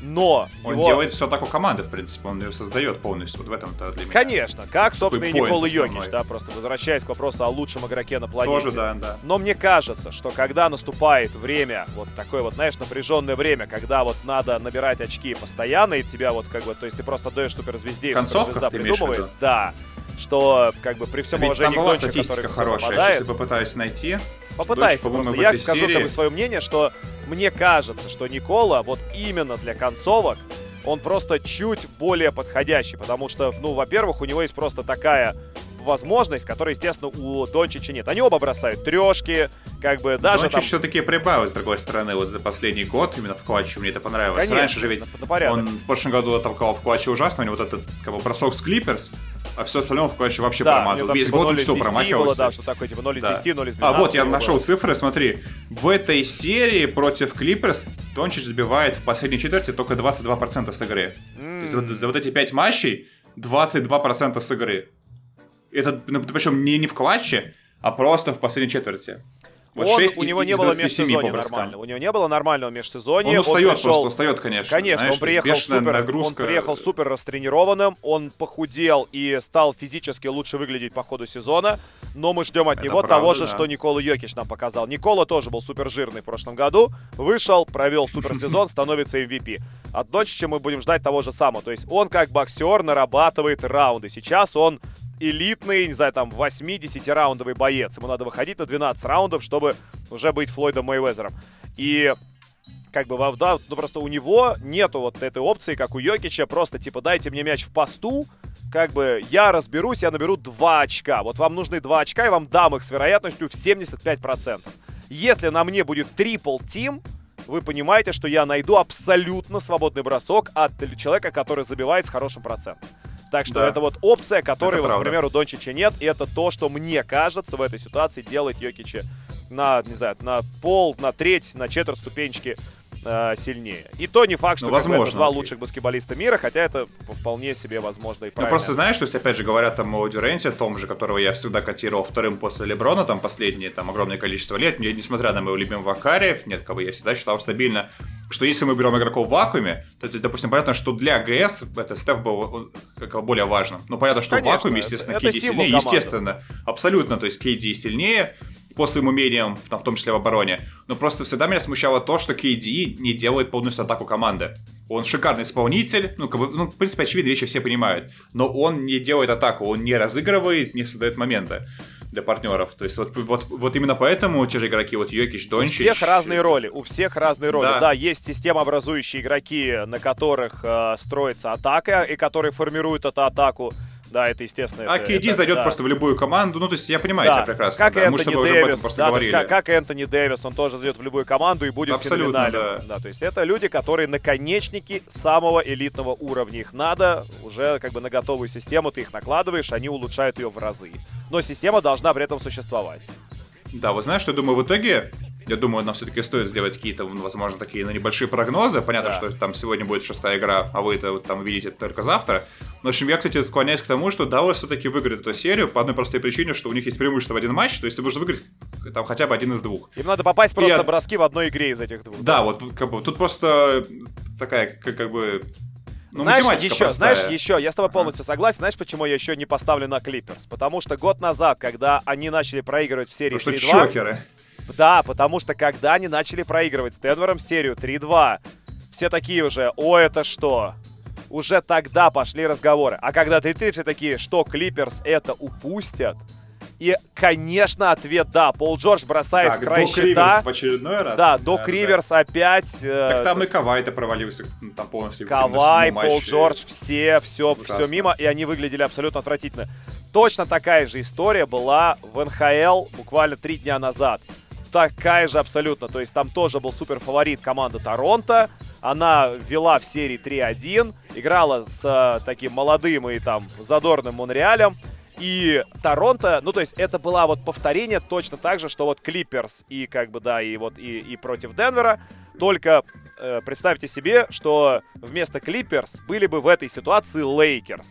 Но он его... делает всю атаку команды, в принципе, он ее создает полностью. Вот в этом-то для меня. Конечно, как, собственно, и Такой Никола point Йокич, основной. да, просто возвращаясь к вопросу о лучшем игроке на планете. Тоже, да, да. Но мне кажется, что когда наступает время, вот такое вот, знаешь, напряженное время, когда вот надо набирать очки постоянно, и тебя вот как бы, то есть ты просто даешь суперзвезде, и суперзвезда придумывает, да, что как бы при всем Ведь уважении там была к Дончичу, статистика который хорошая, попадает, сейчас я попытаюсь найти. попытайся, Дончич, просто в я этой скажу серии... как бы свое мнение, что мне кажется, что Никола вот именно для концовок он просто чуть более подходящий, потому что, ну, во-первых, у него есть просто такая возможность, которой, естественно, у Дончича нет. Они оба бросают трешки, как бы даже Дончич там... все-таки прибавил, с другой стороны, вот за последний год, именно в клатче, мне это понравилось. Конечно, Раньше же ведь на, на порядок. он в прошлом году атаковал в клатче ужасно, у него вот этот как бы, бросок с Клиперс, а все остальное в клатче вообще да, промазал. Там, Весь типа, год он все промахивался. Было, да, что такое, типа ноль из десяти, ноль из А двенадцати. вот, я нашел было. цифры, смотри. В этой серии против Клиперс Дончич забивает в последней четверти только двадцать два процента с игры. Mm. То есть вот, за вот эти пять матчей двадцать два процента с игры. Это, ну, причем не, не в клатче, а просто в последней четверти. Вот он, шесть у него из, не из было двадцати семи межсезонья по броскам. нормального. У него не было нормального межсезонья. Он устает, он пришел... просто устает, конечно. Конечно, Знаешь, он, приехал бешеная супер, нагрузка. он приехал супер растренированным, он похудел и стал физически лучше выглядеть по ходу сезона, но мы ждем от Это него правда, того же, да. что Никола Йокич нам показал. Никола тоже был супер жирный в прошлом году, вышел, провел супер сезон, становится эм ви пи. От Дончича мы будем ждать того же самого. То есть он как боксер нарабатывает раунды. Сейчас он элитный, не знаю, там, восьми-десятираундовый боец. Ему надо выходить на двенадцать раундов, чтобы уже быть Флойдом Мейвезером. И как бы, да, ну просто у него нету вот этой опции, как у Йокича, просто типа дайте мне мяч в посту, как бы я разберусь, я наберу два очка. Вот вам нужны два очка, я вам дам их с вероятностью в семьдесят пять процентов. Если на мне будет трипл-тим, вы понимаете, что я найду абсолютно свободный бросок от человека, который забивает с хорошим процентом. Так что да. это вот опция, которой, вот, правда. например, у Дончича нет. И это то, что, мне кажется, в этой ситуации делает Йокича на, не знаю, на пол, на треть, на четверть ступенечки э, сильнее. И то не факт, что ну, как бы, возможно. это два лучших баскетболиста мира, хотя это вполне себе возможно и правильно. Ну, просто знаешь, то есть, опять же, говорят там о Дюренте, том же, которого я всегда котировал вторым после Леброна, там, последние, там, огромное количество лет, мне, несмотря на моего любимого Кариев, нет, как бы я всегда считал стабильно, что если мы берем игроков в вакууме, то, то есть, допустим, понятно, что для ГС это Стеф был как бы более важным. Ну, понятно, что Конечно, в вакууме, естественно, это, это Кей Ди символ сильнее, команды. естественно, абсолютно, то есть Кей Ди сильнее, по своим умениям, там, в том числе в обороне. Но просто всегда меня смущало то, что Кей Ди не делает полностью атаку команды. Он шикарный исполнитель, ну, как бы, ну, в принципе, очевидные вещи все понимают. Но он не делает атаку, он не разыгрывает, не создает моменты для партнеров. То есть вот, вот, вот именно поэтому те же игроки, вот Йокич, Дончич... У всех разные роли, у всех разные роли. Да, да есть системообразующие игроки, на которых э, строится атака, и которые формируют эту атаку. Да, это естественно. А это, Кей Ди это, зайдет да. просто в любую команду. Ну, то есть я понимаю да. тебя прекрасно. Как да. и Мы с Энтони тобой уже об этом Дэвис, просто да, говорили. как, как Энтони Дэвис, он тоже зайдет в любую команду и будет Абсолютно, феноменальным. да. Да, то есть это люди, которые наконечники самого элитного уровня. Их надо уже как бы на готовую систему, ты их накладываешь, они улучшают ее в разы. Но система должна при этом существовать. Да, вот знаешь, что я думаю в итоге? Я думаю, нам все-таки стоит сделать какие-то, возможно, такие ну, небольшие прогнозы. Понятно, Да. что там сегодня будет шестая игра, а вы это вот, там видите только завтра. Но, в общем, я, кстати, склоняюсь к тому, что Даллас все-таки выиграет эту серию по одной простой причине, что у них есть преимущество в один матч, то есть ты можешь выиграть там хотя бы один из двух. Им надо попасть просто я... броски в одной игре из этих двух. Да, вот как бы тут просто такая, как, как бы... Ну, знаешь, математика еще, простая. знаешь, еще, я с тобой полностью ага. согласен. Знаешь, почему я еще не поставлю на Клиперс? Потому что год назад, когда они начали проигрывать в серии три два... три два... чокеры. Да, потому что когда они начали проигрывать с Денвером серию три два, все такие уже, о, это что? Уже тогда пошли разговоры. А когда три три, все такие, что Клиперс это упустят? И, конечно, ответ да. Пол Джордж бросает так, в край Док щита. Риверс в очередной раз. Да, Док да, Риверс да. опять. Э... Так там и Кавай-то провалился, там полностью. Кавай, Пол Джордж, все, все, все мимо, и они выглядели абсолютно отвратительно. Точно такая же история была в эн ха эл буквально три дня назад. Такая же абсолютно. То есть там тоже был супер фаворит команда Торонто. Она вела в серии три один. Играла с а, таким молодым и там задорным Монреалем. И Торонто, ну то есть это было вот повторение точно так же, что вот Клиперс и как бы да, и вот и, и против Денвера. Только э, представьте себе, что вместо Клиперс были бы в этой ситуации Лейкерс.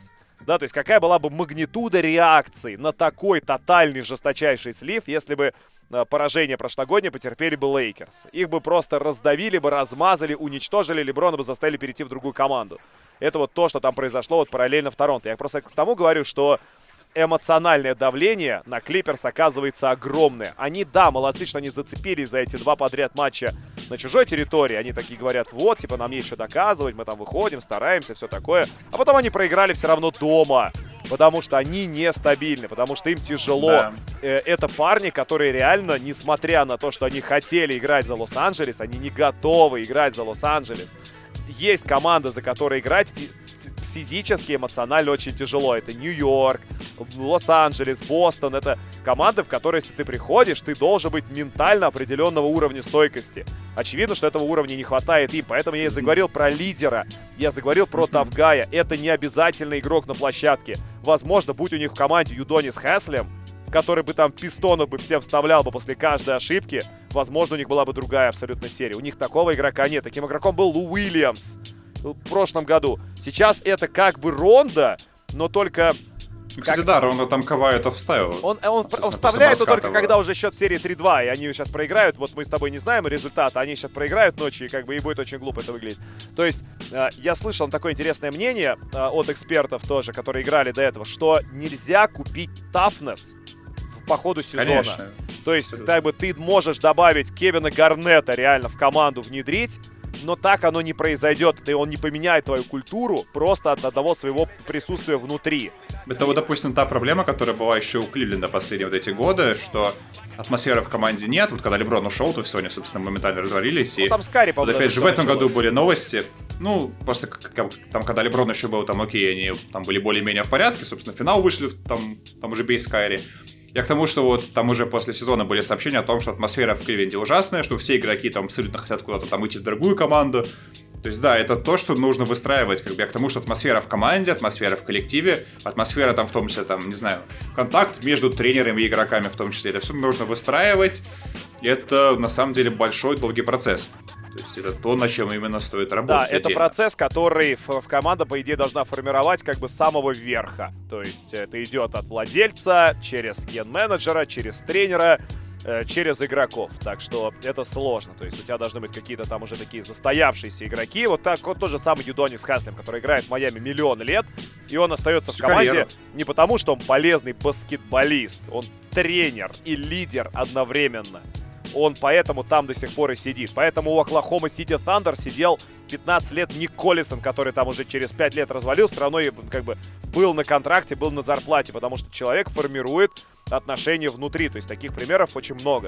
Да, то есть какая была бы магнитуда реакции на такой тотальный жесточайший слив, если бы э, поражение прошлогоднее потерпели бы Лейкерс. Их бы просто раздавили бы, размазали, уничтожили, Леброна бы заставили перейти в другую команду. Это вот то, что там произошло вот параллельно в Торонто. Я просто к тому говорю, что эмоциональное давление на Клиперс оказывается огромное. Они, да, молодцы, что они зацепились за эти два подряд матча на чужой территории. Они такие говорят, вот, типа, нам есть что доказывать, мы там выходим, стараемся, все такое. А потом они проиграли все равно дома, потому что они нестабильны, потому что им тяжело. Да. Это парни, которые реально, несмотря на то, что они хотели играть за Лос-Анджелес, они не готовы играть за Лос-Анджелес. Есть команда, за которой играть физически, эмоционально очень тяжело. Это Нью-Йорк, Лос-Анджелес, Бостон. Это команды, в которые, если ты приходишь, ты должен быть ментально определенного уровня стойкости. Очевидно, что этого уровня не хватает им. Поэтому я и заговорил про лидера. Я заговорил про Тавгая. Это не обязательно игрок на площадке. Возможно, будь у них в команде Юдонис Хэслем, который бы там пистонов бы всем вставлял бы после каждой ошибки, возможно, у них была бы другая абсолютно серия. У них такого игрока нет. Таким игроком был Лу Уильямс в прошлом году. Сейчас это как бы Рондо, но только... Кстати, как... да, Рондо там Кавай это вставил. Он, он, он вставляет, но только когда уже счет серии три-два, и они сейчас проиграют. Вот мы с тобой не знаем результата, они сейчас проиграют ночью, и как бы и будет очень глупо это выглядеть. То есть, э, я слышал такое интересное мнение э, от экспертов тоже, которые играли до этого, что нельзя купить тафнес по ходу сезона. Конечно. То есть, как бы ты можешь добавить Кевина Гарнета реально в команду внедрить, но так оно не произойдет. Ты, он не поменяет твою культуру просто от одного своего присутствия внутри. Это вот, допустим, та проблема, которая была еще у Кливленда последние вот эти годы, что атмосферы в команде нет. Вот когда Леброн ушел, то все они, собственно, моментально развалились. Ну, и там с Карри, вот, опять же, в этом году были новости. Ну, просто там, когда Леброн еще был, там, окей, они там были более-менее в порядке. Собственно, в финал вышли, там, там уже без Кайри. Я к тому, что вот там уже после сезона были сообщения о том, что атмосфера в Кливленде ужасная, что все игроки там абсолютно хотят куда-то там идти в другую команду. То есть, да, это то, что нужно выстраивать. Как бы я к тому, что атмосфера в команде, атмосфера в коллективе, атмосфера там в том числе, там, не знаю, контакт между тренерами и игроками в том числе. Это все нужно выстраивать. И это, на самом деле, большой, долгий процесс. То есть это то, на чем именно стоит работать. Да, это процесс, который в, в команда, по идее, должна формировать как бы с самого верха. То есть это идет от владельца, через ген-менеджера, через тренера, э, через игроков. Так что это сложно. То есть у тебя должны быть какие-то там уже такие застоявшиеся игроки. Вот так вот тот же самый Юдонис Хаслем, который играет в Майами миллион лет. И он остается Всю в команде карьеру. Не потому, что он полезный баскетболист. Он тренер и лидер одновременно. Он поэтому там до сих пор и сидит. Поэтому у Оклахома Сити Thunder сидел пятнадцать лет Ник Коллисон, который там уже через пять лет развалился, все равно как бы был на контракте, был на зарплате, потому что человек формирует отношения внутри. То есть таких примеров очень много.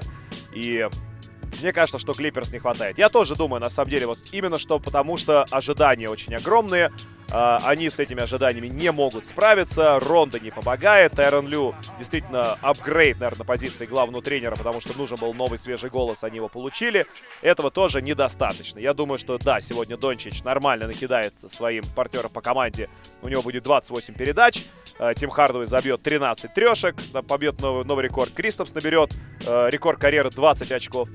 И мне кажется, что Клиперс не хватает. Я тоже думаю, на самом деле, вот именно что потому, что ожидания очень огромные. Uh, они с этими ожиданиями не могут справиться. Рондо не помогает. Тайрон Лю действительно апгрейд, наверное, на позиции главного тренера, потому что нужен был новый свежий голос, они его получили. Этого тоже недостаточно. Я думаю, что да, сегодня Дончич нормально накидает своим партнерам по команде. У него будет двадцать восемь передач. Uh, Тим Хардуэй забьет тринадцать трешек, побьет новый, новый рекорд. Кристопс наберет uh, рекорд карьеры двадцать очков.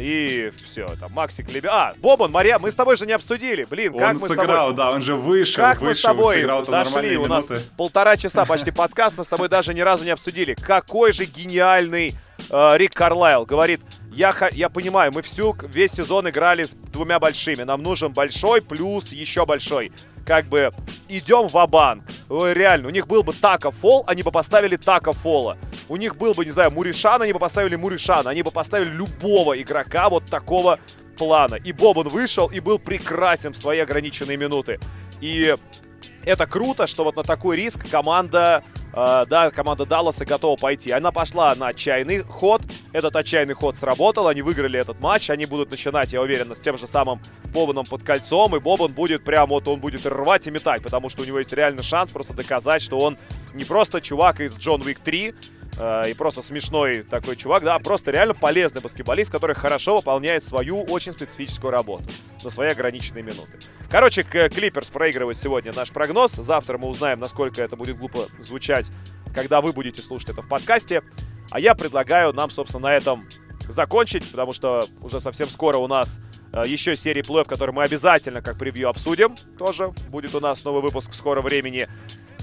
И все, там Максик Леби... А, Бобан, Мария, мы с тобой же не обсудили. Блин, как он мы сыграл, с тобой... да, он же вышел, Как вышел, мы с тобой сыграл дошли, у нас полтора часа почти подкаст, мы с тобой даже ни разу не обсудили. Какой же гениальный э, Рик Карлайл. Говорит, я, я понимаю, мы всю, весь сезон играли с двумя большими. Нам нужен большой плюс еще большой. Как бы идем ва-банк. Реально, у них был бы Тако Фол, они бы поставили Тако Фола. У них был бы, не знаю, Муришан, они бы поставили Муришана. Они бы поставили любого игрока вот такого плана. И Бобан вышел и был прекрасен в свои ограниченные минуты. И это круто, что вот на такой риск команда, э, да, команда Далласа готова пойти. Она пошла на отчаянный ход. Этот отчаянный ход сработал. Они выиграли этот матч. Они будут начинать, я уверен, с тем же самым Бобаном под кольцом. И Бобан будет прям вот, он будет рвать и метать, потому что у него есть реальный шанс просто доказать, что он не просто чувак из Джон Уик три, и просто смешной такой чувак, да, а просто реально полезный баскетболист, который хорошо выполняет свою очень специфическую работу на свои ограниченные минуты. Короче, Клиперс проигрывает сегодня наш прогноз. Завтра мы узнаем, насколько это будет глупо звучать, когда вы будете слушать это в подкасте. А я предлагаю нам, собственно, на этом закончить, потому что уже совсем скоро у нас э, еще серия плей-офф, которую мы обязательно как превью обсудим. Тоже будет у нас новый выпуск в скором времени.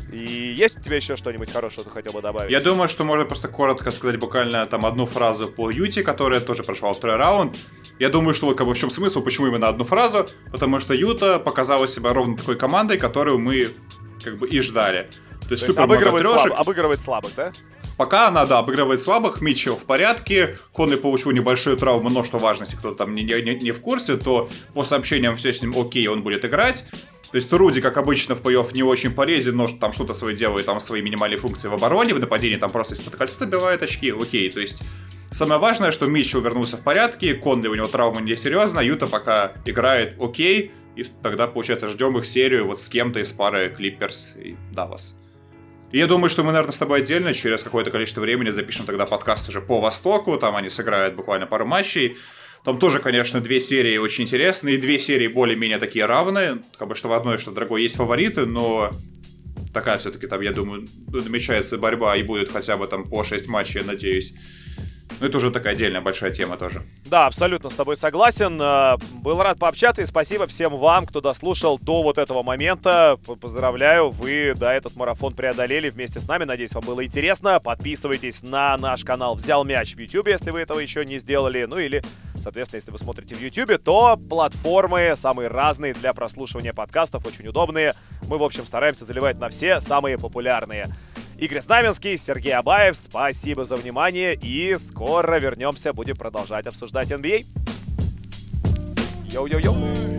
И есть у тебя еще что-нибудь хорошее, что ты хотел бы добавить? Я думаю, что можно просто коротко сказать буквально там одну фразу по Юте, которая тоже прошла второй раунд. Я думаю, что как бы в чем смысл, почему именно одну фразу? Потому что Юта показала себя ровно такой командой, которую мы как бы и ждали. То есть, То супер есть обыгрывает, много слаб, обыгрывает слабых, да? Пока она, да, обыгрывает слабых, Митчелл в порядке, Конли получил небольшую травму, но что важно, если кто-то там не, не, не в курсе, то по сообщениям все с ним окей, он будет играть. То есть Руди, как обычно, в плей-офф не очень полезен, но там что-то свое делает, там свои минимальные функции в обороне, в нападении там просто из-под кольца забивает очки, окей. То есть самое важное, что Митчелл вернулся в порядке, Конли, у него травма не серьезная, Юта пока играет окей, и тогда, получается, ждем их серию вот с кем-то из пары Клиперс и Даллас. И я думаю, что мы, наверное, с тобой отдельно через какое-то количество времени запишем тогда подкаст уже по Востоку, там они сыграют буквально пару матчей. Там тоже, конечно, две серии очень интересные, и две серии более-менее такие равные, как бы что в одной, что в другой есть фавориты, но такая все-таки там, я думаю, намечается борьба, и будет хотя бы там по шесть матчей, я надеюсь. Ну, это уже такая отдельная большая тема тоже. Да, абсолютно с тобой согласен. Был рад пообщаться, и спасибо всем вам, кто дослушал до вот этого момента. Поздравляю, вы, да, этот марафон преодолели вместе с нами. Надеюсь, вам было интересно. Подписывайтесь на наш канал «Взял мяч» в YouTube, если вы этого еще не сделали. Ну или, соответственно, если вы смотрите в YouTube, то платформы самые разные для прослушивания подкастов, очень удобные. Мы, в общем, стараемся заливать на все самые популярные. Игорь Знаменский, Сергей Абаев, спасибо за внимание, и скоро вернемся, будем продолжать обсуждать эн би эй. Йоу-йоу-йоу.